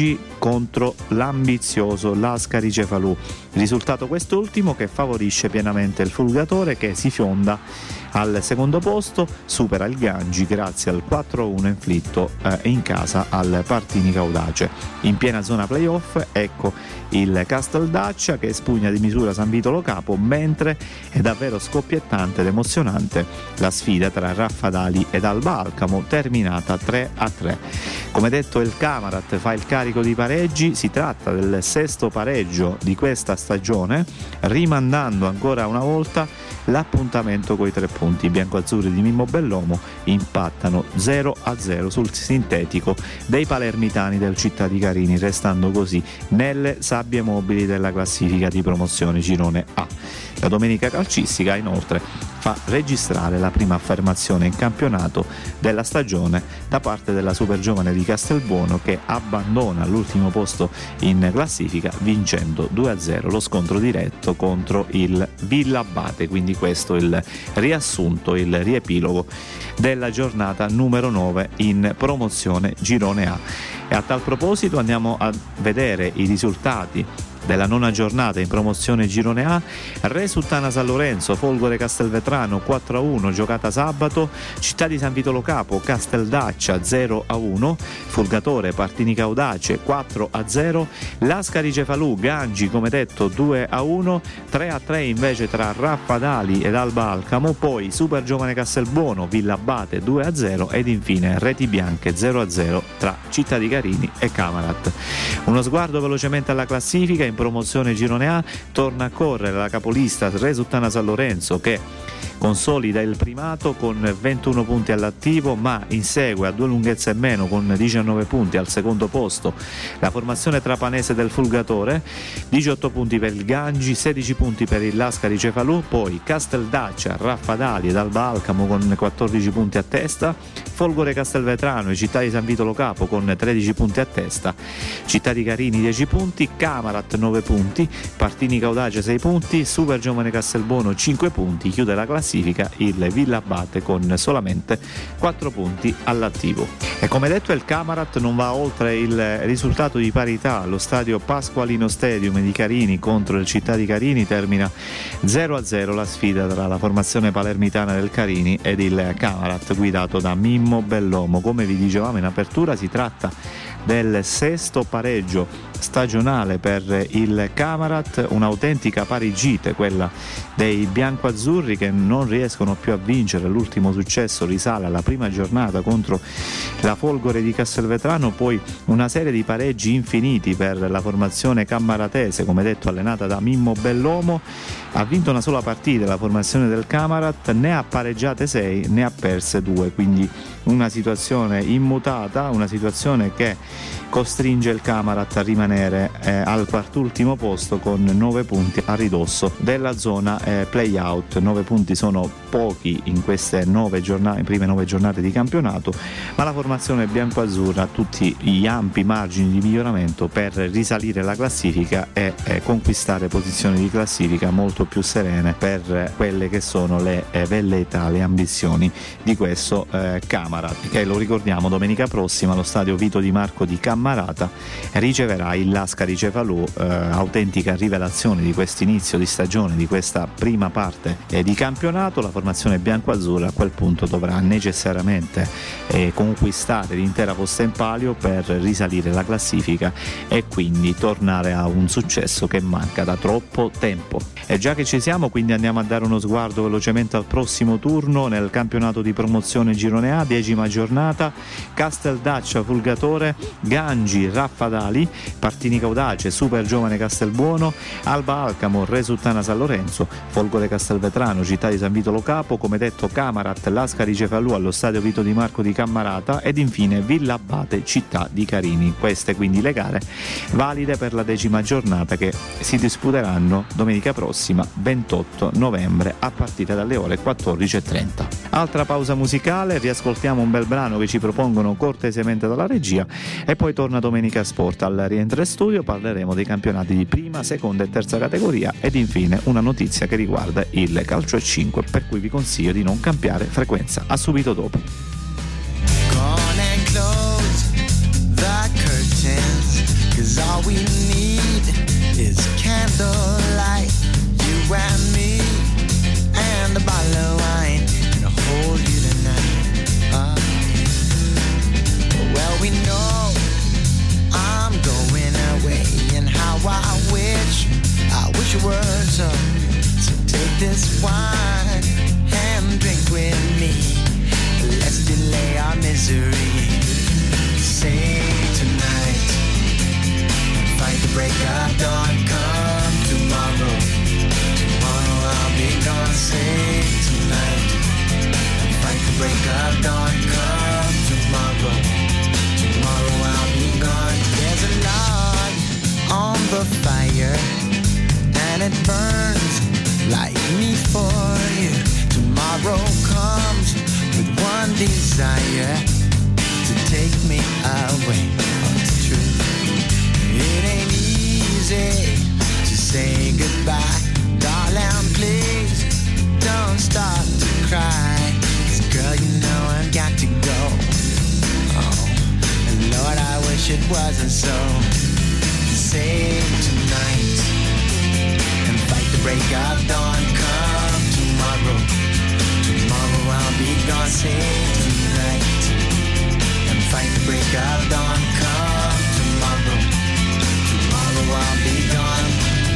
contro l'ambizioso Lascari Cefalù. Risultato quest'ultimo che favorisce pienamente il Fulgatore, che si fionda al secondo posto, supera il Gangi grazie al 4-1 inflitto in casa al Partinico Audace. In piena zona playoff ecco il Casteldaccia che espugna di misura San Vito Lo Capo, mentre è davvero scoppiettante ed emozionante la sfida tra Raffadali ed Alba Alcamo, terminata 3-3. Come detto, il Camarat fa il carico di pareggi, si tratta del sesto pareggio di questa stagione, rimandando ancora una volta l'appuntamento coi 3 punti. I biancoazzurri di Mimmo Bellomo impattano 0-0 sul sintetico dei palermitani del Città di Carini, restando così nelle sabbie mobili della classifica di promozione Girone A. La domenica calcistica inoltre fa registrare la prima affermazione in campionato della stagione da parte della Supergiovane di Castelbuono, che abbandona l'ultimo posto in classifica vincendo 2-0 lo scontro diretto contro il Villabate. Quindi questo è il riassunto, il riepilogo della giornata numero 9 in promozione Girone A. E a tal proposito andiamo a vedere i risultati della nona giornata in promozione Girone A. Resuttana San Lorenzo, Folgore Castelvetrano 4-1 giocata sabato, Città di San Vito Lo Capo Casteldaccia 0-1, Fulgatore Partinico Audace 4-0, Lascari Cefalù Gangi come detto 2-1, 3-3 invece tra Raffadali ed Alba Alcamo, poi Supergiovane Castelbuono Villabate 2-0 ed infine Reti Bianche 0-0 tra Città di Carini e Camarat. Uno sguardo velocemente alla classifica. In promozione Girone A torna a correre la capolista Resuttana San Lorenzo, che consolida il primato con 21 punti all'attivo, ma insegue a 2 lunghezze e meno con 19 punti al secondo posto la formazione trapanese del Fulgatore, 18 punti per il Gangi, 16 punti per il Lascari Cefalù, poi Casteldaccia, Raffadali ed Alba Alcamo con 14 punti a testa, Folgore Castelvetrano e Città di San Vito Lo Capo con 13 punti a testa, Città di Carini 10 punti, Camarat 9 punti, Partinico Audace 6 punti, Supergiovane Castelbuono 5 punti, chiude la classifica il Villabate con solamente 4 punti all'attivo. E come detto il Camarat non va oltre il risultato di parità allo stadio Pasqualino Stadium di Carini contro il Città di Carini, termina 0-0 la sfida tra la formazione palermitana del Carini ed il Camarat guidato da Mimmo Bellomo. Come vi dicevamo in apertura, si tratta del sesto pareggio stagionale per il Camarat, un'autentica parigite quella dei biancoazzurri che non riescono più a vincere. L'ultimo successo risale alla prima giornata contro la Folgore di Castelvetrano, poi una serie di pareggi infiniti per la formazione cammaratese, come detto allenata da Mimmo Bellomo. Ha vinto una sola partita la formazione del Camarat, ne ha pareggiate 6, ne ha perse 2, quindi una situazione immutata, una situazione che costringe il Camarat a rimanere al quart'ultimo posto con 9 punti a ridosso della zona play-out. 9 punti sono pochi in queste prime 9 giornate di campionato, ma la formazione biancoazzurra ha tutti gli ampi margini di miglioramento per risalire la classifica e conquistare posizioni di classifica molto più serene per quelle che sono le velleità, le ambizioni di questo Camarat, che lo ricordiamo domenica prossima allo stadio Vito Di Marco di Cammarata riceverà il Lascari Cefalù, autentica rivelazione di quest'inizio di stagione, di questa prima parte di campionato. La formazione biancoazzurra a quel punto dovrà necessariamente conquistare l'intera posta in palio per risalire la classifica e quindi tornare a un successo che manca da troppo tempo. E già che ci siamo, quindi andiamo a dare uno sguardo velocemente al prossimo turno nel campionato di promozione Girone A, 10ª giornata. Casteldaccia Fulgatore, Gangi Raffadali, Partinico Audace Supergiovane Castelbuono, Alba Alcamo Resuttana San Lorenzo, Folgore Castelvetrano Città di San Vito Lo Capo, come detto Camarat Lascari Cefalù allo stadio Vito Di Marco di Cammarata ed infine Villabate Città di Carini. Queste quindi le gare valide per la 10ª giornata che si disputeranno domenica prossima 28 novembre a partire dalle ore 14:30. Altra pausa musicale, riascoltiamo un bel brano che ci propongono cortesemente dalla regia e poi torna Domenica Sport. Al rientro in studio parleremo dei campionati di prima, seconda e terza categoria ed infine una notizia che riguarda il calcio a 5, per cui vi consiglio di non cambiare frequenza. A subito dopo. Gone and close the curtains, 'cause all we need is candlelight, you and me, and a bottle of wine, and I'll hold you tonight. Well, we know I'm going away, and how I wish it were so. So take this wine and drink with me. Let's delay our misery. Say tonight, fight the break of dawn. Come tomorrow, tomorrow I'll be gone. Say tonight, fight the break of dawn. Come tomorrow, tomorrow I'll be gone. There's a log on the fire, and it burns like me for you. Tomorrow comes with one desire, to take me away. Oh, it's true. It ain't easy to say goodbye. Darling, please don't start to cry, 'cause girl, you know I've got to go. Oh, and Lord, I wish it wasn't so. Save tonight and fight the break of dawn. Come tomorrow, tomorrow I'll be gone. Save tonight and fight the break of dawn. Come tomorrow, tomorrow I'll be gone.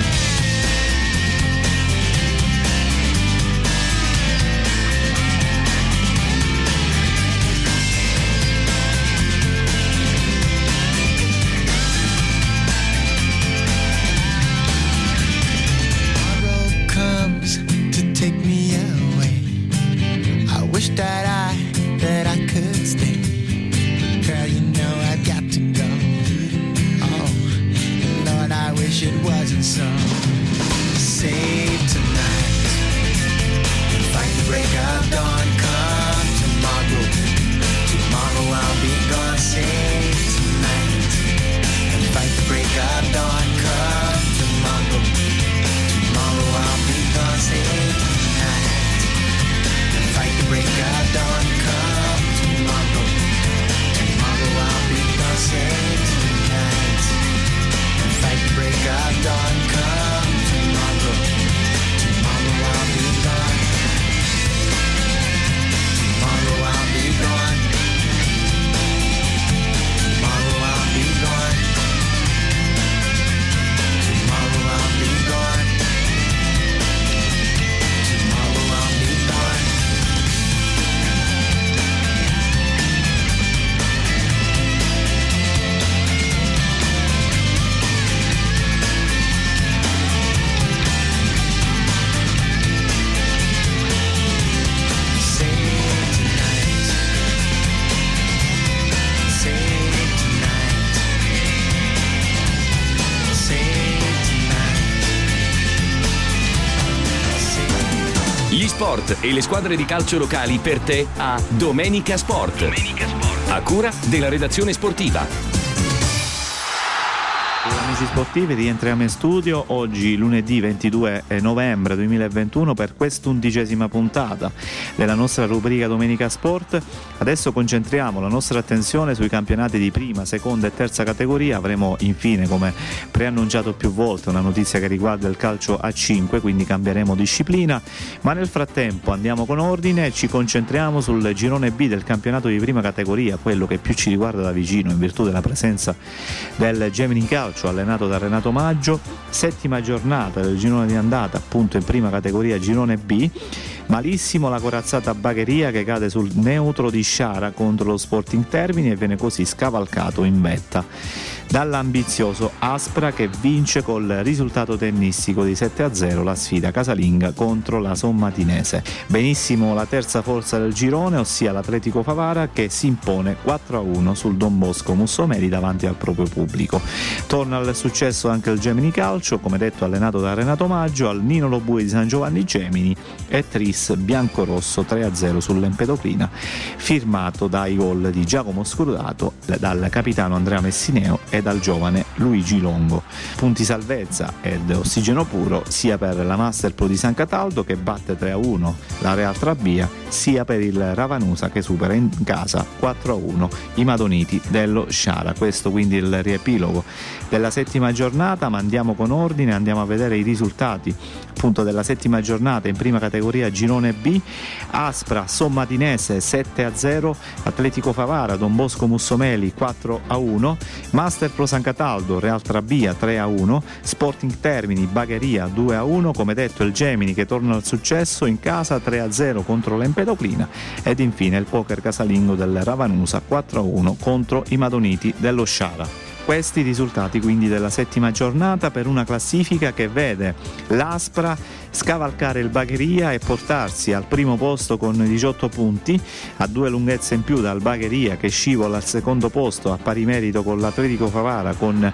Tomorrow comes to take me away. I wish that I could stay. Girl, you know I've got to go. Oh, Lord, I wish it wasn't so. Save tonight and fight the break of dawn. Come tomorrow, tomorrow I'll be gone. Save tonight and fight the break of dawn. Come tomorrow, tomorrow I'll be gone. Save tonight and fight the break of dawn. Come tomorrow, tomorrow I'll be gone. Save tonight and fight the break of dawn. Come tomorrow, tomorrow I'll be gone. Tomorrow I'll be gone. Tomorrow I'll be gone. Tomorrow I'll be gone. Tomorrow I'll be gone. Save tonight. Save tonight. Save tonight. Gli sport e le squadre di calcio locali per te a Domenica Sport. A cura della redazione sportiva. Amici sportivi, rientriamo in studio oggi lunedì 22 novembre 2021 per quest'11ª puntata della nostra rubrica Domenica Sport. Adesso concentriamo la nostra attenzione sui campionati di prima, seconda e terza categoria. Avremo infine, come preannunciato più volte, una notizia che riguarda il calcio a 5, quindi cambieremo disciplina, ma nel frattempo andiamo con ordine e ci concentriamo sul girone B del campionato di prima categoria, quello che più ci riguarda da vicino in virtù della presenza del Gemini Calcio allenato da Renato Maggio. Settima giornata del girone di andata, appunto in prima categoria girone B. Malissimo la corazzata Bagheria, che cade sul neutro di Sciara contro lo Sporting Termini e viene così scavalcato in vetta dall'ambizioso Aspra, che vince col risultato tennistico di 7-0 la sfida casalinga contro la Sommatinese. Benissimo la terza forza del girone, ossia l'Atletico Favara, che si impone 4-1 sul Don Bosco Mussomeri davanti al proprio pubblico. Torna al successo anche il Gemini Calcio, come detto allenato da Renato Maggio. Al Nino Lobue di San Giovanni Gemini è triste bis biancorosso 3-0 sull'Empedoclina, firmato dai gol di Giacomo Scrutato, dal capitano Andrea Messineo e dal giovane Luigi Longo. Punti salvezza ed ossigeno puro sia per la Master Pro di San Cataldo, che batte 3-1 la Real Trabia, sia per il Ravanusa che supera in casa 4-1 i Madoniti dello Sciara. Questo quindi il riepilogo della settima giornata, ma andiamo con ordine, andiamo a vedere i risultati appunto della settima giornata in prima categoria girone B. Aspra Sommatinese 7-0, Atletico Favara Don Bosco Mussomeli 4-1, Master Pro San Cataldo Real Trabia 3-1, Sporting Termini Bagheria 2-1, come detto il Gemini che torna al successo in casa 3-0 contro l'Empedoclina, ed infine il poker casalingo del Ravanusa 4-1 contro i Madoniti dello Sciara. Questi i risultati quindi della settima giornata, per una classifica che vede l'Aspra scavalcare il Bagheria e portarsi al primo posto con 18 punti, a 2 lunghezze in più dal Bagheria che scivola al secondo posto a pari merito con l'Atletico Favara con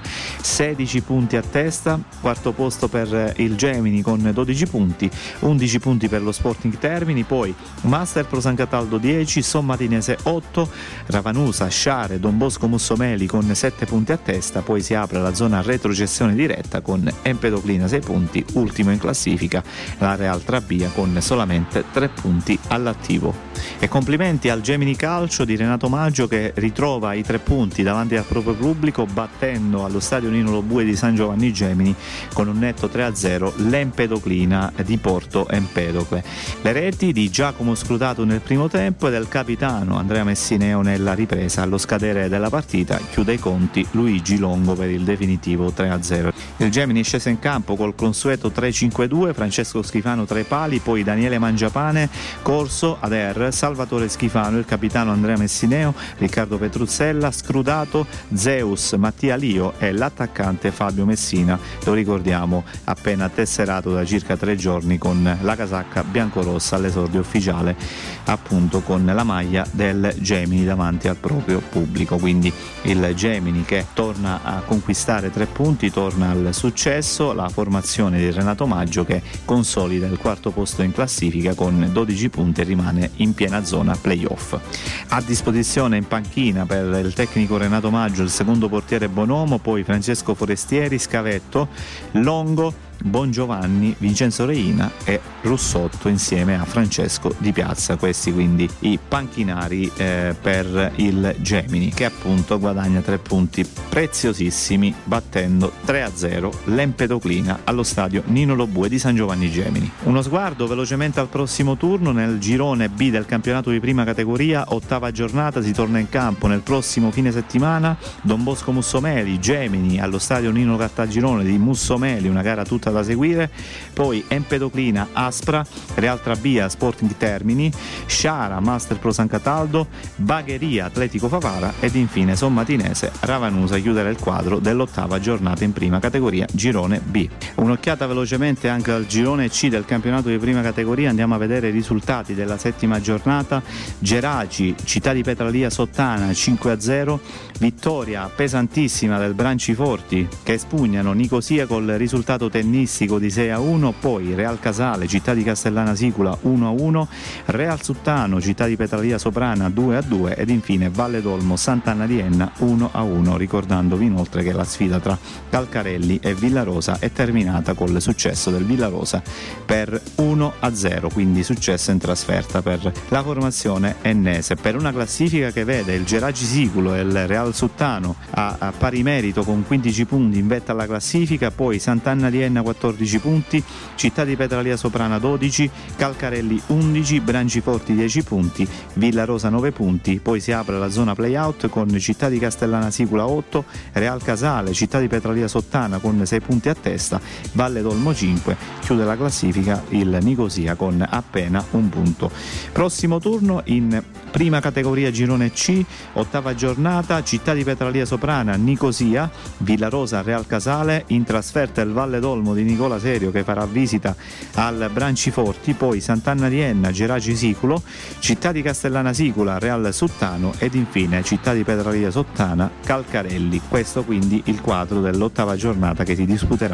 16 punti a testa, quarto posto per il Gemini con 12 punti, 11 punti per lo Sporting Termini, poi Master Pro San Cataldo 10, Sommatinese 8, Ravanusa, Sciare, Don Bosco Mussomeli con 7 punti a testa, poi si apre la zona retrocessione diretta con Empedoclina 6 punti, ultimo in classifica la Real Trabia con solamente 3 punti all'attivo. E complimenti al Gemini Calcio di Renato Maggio che ritrova i 3 punti davanti al proprio pubblico, battendo allo stadio Nino Lobue di San Giovanni Gemini con un netto 3-0 l'Empedoclina di Porto Empedocle. Le reti di Giacomo Scrutato nel primo tempo e del capitano Andrea Messineo nella ripresa. Allo scadere della partita chiude i conti Luigi Longo per il definitivo 3-0. Il Gemini è sceso in campo col consueto 3-5-2, Francesco Schifano tra i pali, poi Daniele Mangiapane, Corso, Ader, Salvatore Schifano, il capitano Andrea Messineo, Riccardo Petruzzella, Scrutato, Zeus, Mattia Lio e l'attaccante Fabio Messina, lo ricordiamo appena tesserato da circa 3 giorni con la casacca biancorossa all'esordio ufficiale, appunto con la maglia del Gemini davanti al proprio pubblico. Quindi il Gemini che torna a conquistare 3 punti, torna al successo, la formazione di Renato Maggio che consolida il quarto posto in classifica con 12 punti e rimane in piena zona playoff. A disposizione in panchina per il tecnico Renato Maggio il secondo portiere Bonomo, poi Francesco Forestieri, Scavetto, Longo, Bongiovanni, Vincenzo Reina e Russotto insieme a Francesco Di Piazza. Questi quindi i panchinari per il Gemini, che appunto guadagna 3 punti preziosissimi battendo 3-0 l'Empedoclina allo stadio Nino Lobue di San Giovanni Gemini. Uno sguardo velocemente al prossimo turno nel girone B del campionato di prima categoria, ottava giornata, si torna in campo nel prossimo fine settimana. Don Bosco Mussomeli, Gemini allo stadio Nino Cartagirone di Mussomeli, una gara tutta da seguire, poi Empedoclina Aspra, Real Trabia Sporting Termini, Sciara Master Pro San Cataldo, Bagheria Atletico Favara ed infine Sommatinese Ravanusa chiudere il quadro dell'ottava giornata in prima categoria girone B. Un'occhiata velocemente anche al girone C del campionato di prima categoria, andiamo a vedere i risultati della settima giornata. Geraci Città di Petralia Sottana 5-0, vittoria pesantissima del Branciforti che espugnano Nicosia col risultato tennistico di 6-1, poi Real Casale Città di Castellana Sicula 1-1, Real Suttano Città di Petralia Soprana 2-2 ed infine Valle d'Olmo Sant'Anna di Enna 1-1, ricordandovi inoltre che la sfida tra Calcarelli e Villarosa è terminata col successo del Villarosa per 1-0, quindi successo in trasferta per la formazione ennese, per una classifica che vede il Geraci Siculo e il Real Suttano a pari merito con 15 punti in vetta alla classifica, poi Sant'Anna di Enna 14 punti, Città di Petralia Soprana 12, Calcarelli 11, Branciforti 10 punti, Villarosa 9 punti, poi si apre la zona playout con Città di Castellana Sicula 8, Real Casale Città di Petralia Sottana con 6 punti a testa, Valle d'Olmo 5, chiude la classifica il Nicosia con appena un punto. Prossimo turno in prima categoria girone C, ottava giornata, Città di Petralia Soprana Nicosia, Villarosa Real Casale, in trasferta il Valle d'Olmo di Nicola Serio che farà visita al Branciforti, poi Sant'Anna di Enna Geraci Siculo, Città di Castellana Sicula Real Suttano ed infine Città di Petralia Sottana Calcarelli. Questo quindi il quadro dell'ottava giornata che si disputerà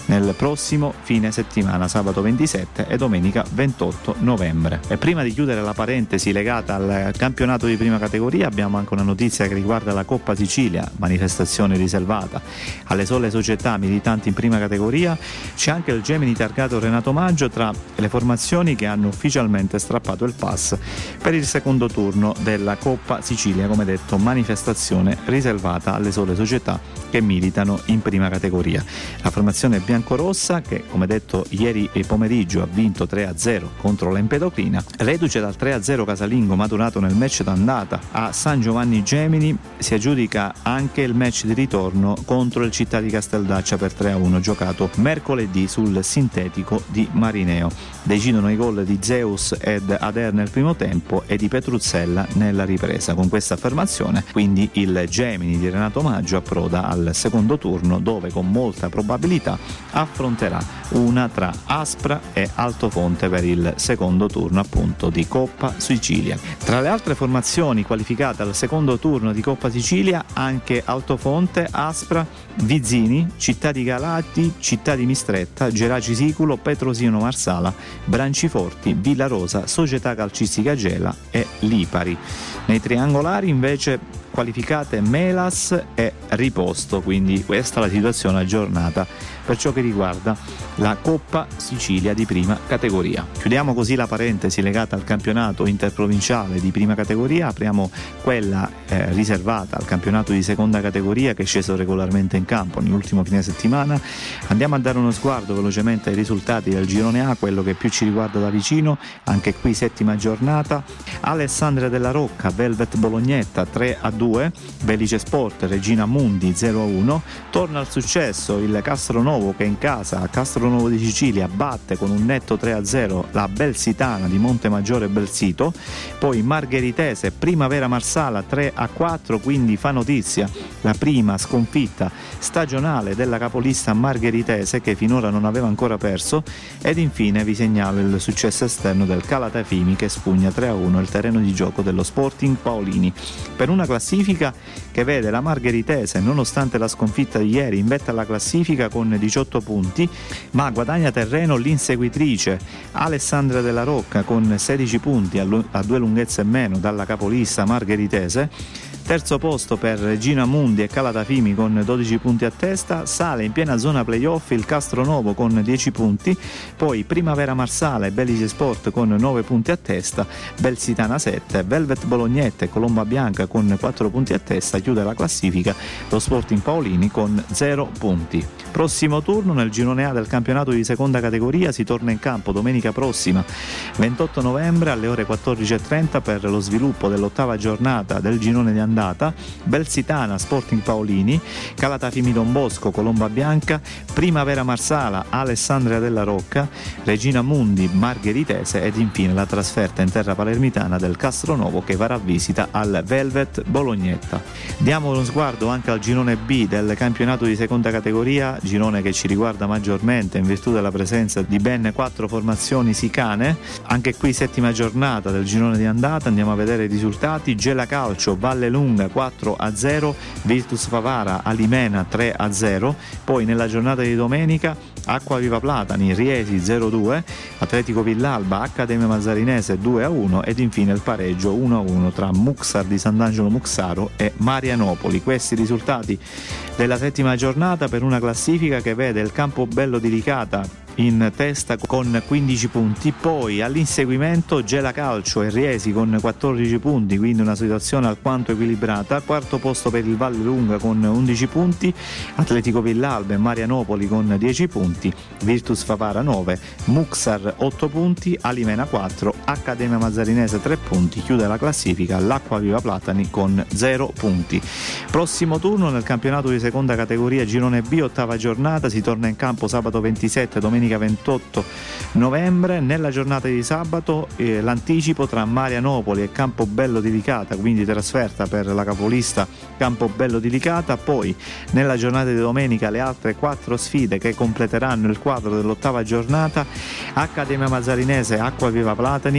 nel prossimo fine settimana, sabato 27 e domenica 28 novembre. E prima di chiudere la parentesi legata al campionato di prima categoria, abbiamo anche una notizia che riguarda la Coppa Sicilia, manifestazione riservata alle sole società militanti in prima categoria. C'è anche il Gemini targato Renato Maggio tra le formazioni che hanno ufficialmente strappato il pass per il secondo turno della Coppa Sicilia, come detto, manifestazione riservata alle sole società che militano in prima categoria. La formazione biancorossa, che come detto ieri pomeriggio ha vinto 3-0 contro l'Empedoclina, reduce dal 3-0 casalingo maturato nel match d'andata a San Giovanni Gemini, si aggiudica anche il match di ritorno contro il Città di Casteldaccia per 3-1 giocato mercoledì sul sintetico di Marineo. Decidono i gol di Zeus ed Ader nel primo tempo e di Petruzzella nella ripresa. Con questa affermazione quindi il Gemini di Renato Maggio approda al secondo turno, dove con molta probabilità affronterà una tra Aspra e Altofonte per il secondo turno appunto di Coppa Sicilia. Tra le altre formazioni qualificate al secondo turno di Coppa Sicilia anche Altofonte, Aspra, Vizzini, Città di Galati, Città di Mistretta, Geraci Siculo, Petrosino Marsala, Branciforti, Villarosa, Società Calcistica Gela e Lipari. Nei triangolari invece qualificate Melas e Riposto, quindi questa è la situazione aggiornata per ciò che riguarda la Coppa Sicilia di prima categoria. Chiudiamo così la parentesi legata al campionato interprovinciale di prima categoria, apriamo quella riservata al campionato di seconda categoria che è sceso regolarmente in campo nell'ultimo fine settimana. Andiamo a dare uno sguardo velocemente ai risultati del girone A, quello che più ci riguarda da vicino, anche qui settima giornata. Alessandria della Rocca, Velvet Bolognetta 3-2, Belice Sport, Regina Mundi 0-1, torna al successo il Castronovo che in casa a Castronovo di Sicilia batte con un netto 3-0 la Belsitana di Montemaggiore Belsito, poi Margheritese Primavera Marsala 3-4, quindi fa notizia la prima sconfitta stagionale della capolista margheritese che finora non aveva ancora perso, ed infine vi segnalo il successo esterno del Calatafimi che spugna 3-1 il terreno di gioco dello Sporting Paolini, per una classifica che vede la margheritese, nonostante la sconfitta di ieri, in vetta alla classifica con 18 punti, ma guadagna terreno l'inseguitrice Alessandria della Rocca con 16 punti a 2 lunghezze meno dalla capolista margheritese. Terzo posto per Regina Mundi e Calatafimi con 12 punti a testa, sale in piena zona playoff il Castronovo con 10 punti, poi Primavera Marsala e Belice Sport con 9 punti a testa, Belsitana 7, Velvet Bolognetta e Colomba Bianca con 4 punti a testa, chiude la classifica lo Sporting Paolini con 0 punti. Prossimo turno nel girone A del campionato di seconda categoria si torna in campo domenica prossima 28 novembre alle ore 14.30 per lo sviluppo dell'ottava giornata del girone di andata. Belsitana Sporting Paolini, Calatafimi Don Bosco Colomba Bianca, Primavera Marsala Alessandria della Rocca, Regina Mundi Margheritese ed infine la trasferta in terra palermitana del Castronovo che farà visita al Velvet Bolognetta. Diamo uno sguardo anche al girone B del campionato di seconda categoria, girone che ci riguarda maggiormente in virtù della presenza di ben 4 formazioni sicane. Anche qui settima giornata del girone di andata, andiamo a vedere i risultati. Gela Calcio Valle Lunga 4-0, Virtus Favara Alimena 3-0, poi nella giornata di domenica Acquaviva Platani Riesi 0-2, Atletico Villalba Accademia Mazzarinese 2-1 ed infine il pareggio 1-1 tra Muxar di Sant'Angelo Muxaro e Marianopoli. Questi risultati della settima giornata per una classifica che vede il Campobello di Licata in testa con 15 punti, poi all'inseguimento Gela Calcio e Riesi con 14 punti, quindi una situazione alquanto equilibrata. Quarto posto per il Valle Lunga con 11 punti, Atletico Villalba e Marianopoli con 10 punti, Virtus Favara 9, Muxar 8 punti, Alimena 4, Accademia Mazzarinese 3 punti, chiude la classifica l'Acquaviva Platani con 0 punti. Prossimo turno nel campionato di seconda categoria girone B, ottava giornata, si torna in campo sabato 27, domenica 28 novembre. Nella giornata di sabato l'anticipo tra Marianopoli e Campobello di Licata, quindi trasferta per la capolista Campobello di Licata. Poi nella giornata di domenica le altre 4 sfide che completeranno il quadro dell'ottava giornata: Accademia Mazzarinese Acquaviva Platani,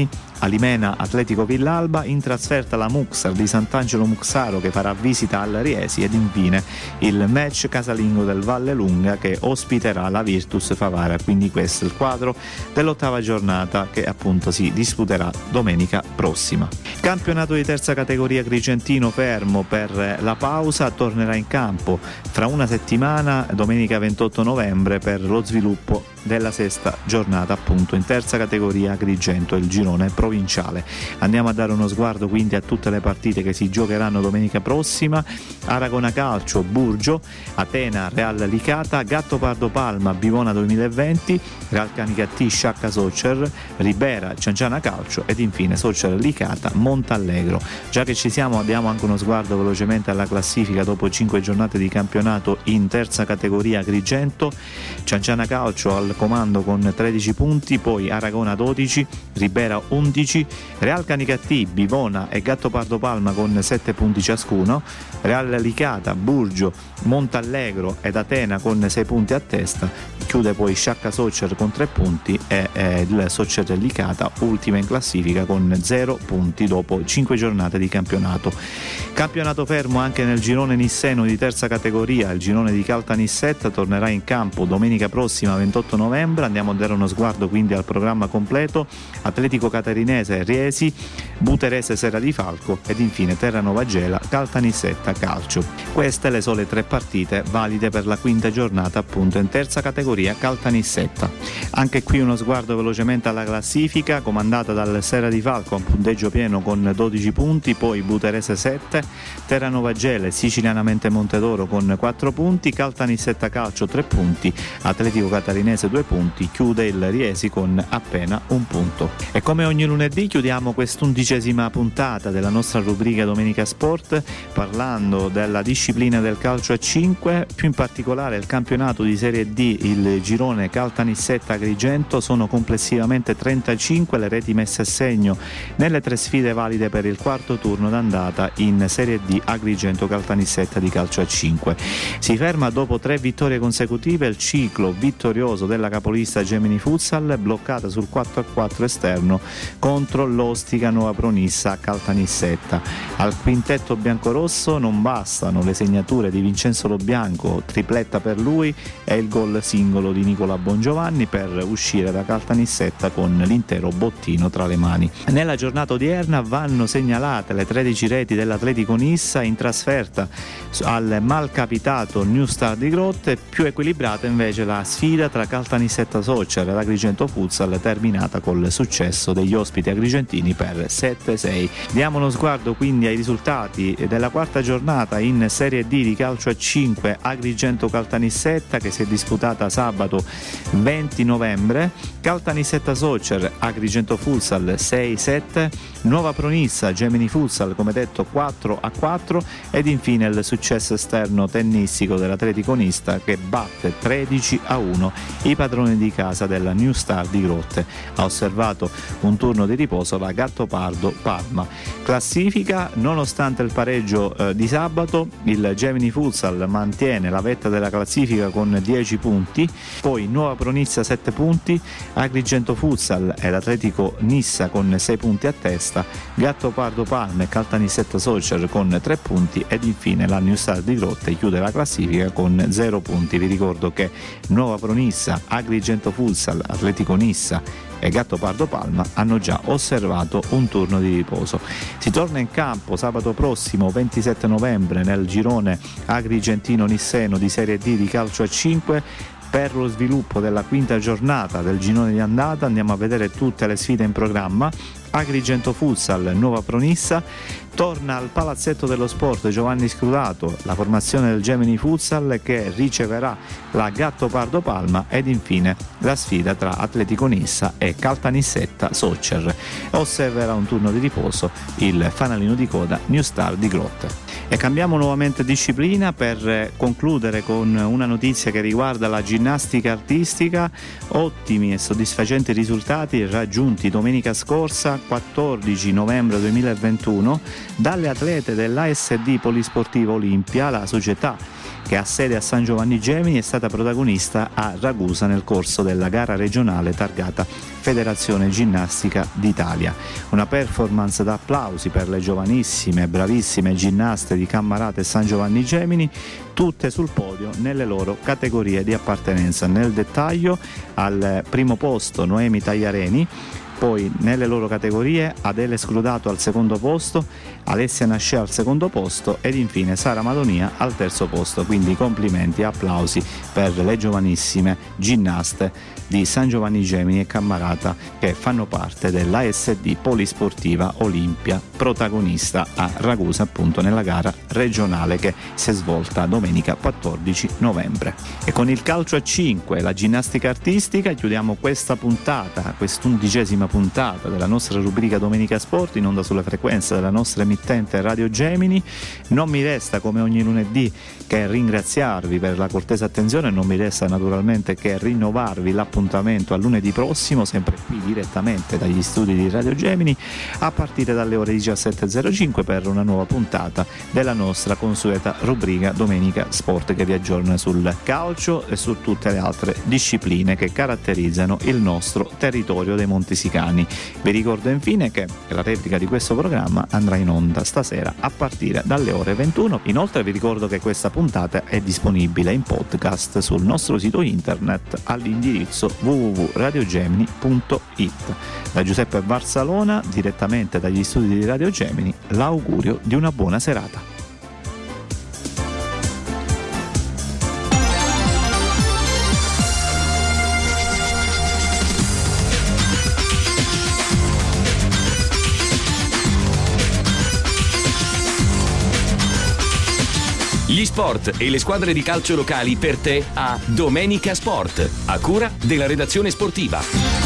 Alimena Atletico Villalba, in trasferta la Muxar di Sant'Angelo Muxaro che farà visita al Riesi, ed infine il match casalingo del Valle Lunga che ospiterà la Virtus Favara. Quindi questo è il quadro dell'8ª giornata che appunto si disputerà domenica prossima. Campionato di terza categoria Agrigentino fermo per la pausa, tornerà in campo fra una settimana, domenica 28 novembre, per lo sviluppo della sesta giornata appunto in terza categoria Agrigento, il girone provinciale. Andiamo a dare uno sguardo quindi a tutte le partite che si giocheranno domenica prossima. Aragona Calcio Burgio, Atena Real Licata, Gattopardo Palma Bivona 2020, Real Canicattì Sciacca Soccer, Ribera Cianciana Calcio ed infine Soccer Licata Montallegro. Già che ci siamo, diamo anche uno sguardo velocemente alla classifica dopo 5 giornate di campionato in terza categoria Agrigento. Cianciana Calcio al comando con 13 punti, poi Aragona 12, Ribera 11, Real Canicattì, Bivona e Gattopardo Palma con 7 punti ciascuno, Real Licata, Burgio, Montallegro ed Atena con 6 punti a testa, chiude poi Sciacca Soccer con 3 punti e il Soccer Licata ultima in classifica con 0 punti dopo 5 giornate di campionato. Campionato fermo anche nel girone nisseno di terza categoria, il girone di Caltanissetta tornerà in campo domenica prossima 28 novembre. Andiamo a dare uno sguardo quindi al programma completo: Atletico Catarinese Riesi, Buterese Serra di Falco ed infine Terranova Gela Caltanissetta Calcio. Queste le sole 3 partite valide per la quinta giornata appunto in terza categoria Caltanissetta. Anche qui uno sguardo velocemente alla classifica, comandata dal Serra di Falco a un punteggio pieno con 12 punti, poi Buterese 7, Terranova Gela e Sicilianamente Montedoro con 4 punti, Caltanissetta Calcio 3 punti, Atletico Catarinese 2 punti, chiude il Riesi con appena 1 punto. E come ogni lunedì chiudiamo quest'11ª puntata della nostra rubrica Domenica Sport parlando della disciplina del calcio a 5, più in particolare il campionato di Serie D, il girone Caltanissetta Agrigento. Sono complessivamente 35 le reti messe a segno nelle 3 sfide valide per il quarto turno d'andata in Serie D Agrigento Caltanissetta di calcio a 5. Si ferma dopo 3 vittorie consecutive il ciclo vittorioso della capolista Gemini Futsal, bloccata sul 4-4 esterno contro l'Ostica Nuova Pronissa Caltanissetta. Al quintetto biancorosso non bastano le segnature di Vincenzo Lo Bianco, tripletta per lui, e il gol singolo di Nicola Bongiovanni per uscire da Caltanissetta con l'intero bottino tra le mani. Nella giornata odierna vanno segnalate le 13 reti dell'Atletico Nissa in trasferta al malcapitato New Star di Grotte, più equilibrata invece la sfida tra Caltanissetta Soccer ed Agrigento Futsal, terminata col successo degli ospiti agrigentini per 7-6. Diamo uno sguardo quindi ai risultati della quarta giornata in Serie D di calcio a 5 Agrigento Caltanissetta, che si è disputata sabato 20 novembre. Caltanissetta Soccer Agrigento Futsal 6-7, Nuova Pronissa Gemini Futsal come detto 4-4 ed infine il successo esterno tennistico dell'Atletico Nista che batte 13-1 i padroni di casa della New Star di Grotte. Ha osservato un turno di riposo la Gattopardo Palma. Classifica: nonostante il pareggio di sabato, il Gemini Futsal mantiene la vetta della classifica con 10 punti, poi Nuova Pronissa 7 punti, Agrigento Futsal ed Atletico Nissa con 6 punti a testa, Gattopardo Palma e Caltanissetta Soccer con 3 punti ed infine la New Star di Grotte chiude la classifica con 0 punti. Vi ricordo che Nuova Pronissa, Agrigento Futsal, Atletico Nissa e Gattopardo Palma hanno già osservato un turno di riposo. Si torna in campo sabato prossimo 27 novembre nel girone agrigentino nisseno di Serie D di calcio a 5 per lo sviluppo della quinta giornata del girone di andata. Andiamo a vedere tutte le sfide in programma. Agrigento Futsal, Nuova Pronissa, torna al Palazzetto dello Sport Giovanni Scrutato la formazione del Gemini Futsal che riceverà la Gattopardo Palma ed infine la sfida tra Atletico Nissa e Caltanissetta Soccer. Osserverà un turno di riposo il fanalino di coda New Star di Grotte. E cambiamo nuovamente disciplina per concludere con una notizia che riguarda la ginnastica artistica. Ottimi e soddisfacenti risultati raggiunti domenica scorsa 14 novembre 2021 dalle atlete dell'ASD Polisportivo Olimpia, la società che ha sede a San Giovanni Gemini, è stata protagonista a Ragusa nel corso della gara regionale targata Federazione Ginnastica d'Italia. Una performance da applausi per le giovanissime e bravissime ginnaste di Cammarata e San Giovanni Gemini, tutte sul podio nelle loro categorie di appartenenza. Nel dettaglio, al primo posto Noemi Tagliareni, poi nelle loro categorie Adele Scrutato al secondo posto, Alessia Nascea al secondo posto ed infine Sara Madonia al terzo posto. Quindi complimenti e applausi per le giovanissime ginnaste di San Giovanni Gemini e Cammarata che fanno parte dell'ASD Polisportiva Olimpia, protagonista a Ragusa appunto nella gara regionale che si è svolta domenica 14 novembre. E con il calcio a 5, la ginnastica artistica, chiudiamo questa puntata, quest'11ª puntata della nostra rubrica Domenica Sport in onda sulle frequenze della nostra emittente Radio Gemini. Non mi resta, come ogni lunedì, che ringraziarvi per la cortese attenzione, non mi resta naturalmente che rinnovarvi l'appuntamento a lunedì prossimo, sempre qui direttamente dagli studi di Radio Gemini a partire dalle ore 17.05 per una nuova puntata della nostra consueta rubrica Domenica Sport, che vi aggiorna sul calcio e su tutte le altre discipline che caratterizzano il nostro territorio dei Monti Sicani. Vi ricordo infine che la replica di questo programma andrà in onda stasera a partire dalle ore 21. Inoltre vi ricordo che questa puntata è disponibile in podcast sul nostro sito internet all'indirizzo www.radiogemini.it. Da Giuseppe Barsalona, direttamente dagli studi di Radio Gemini, l'augurio di una buona serata. Gli sport e le squadre di calcio locali per te a Domenica Sport, a cura della redazione sportiva.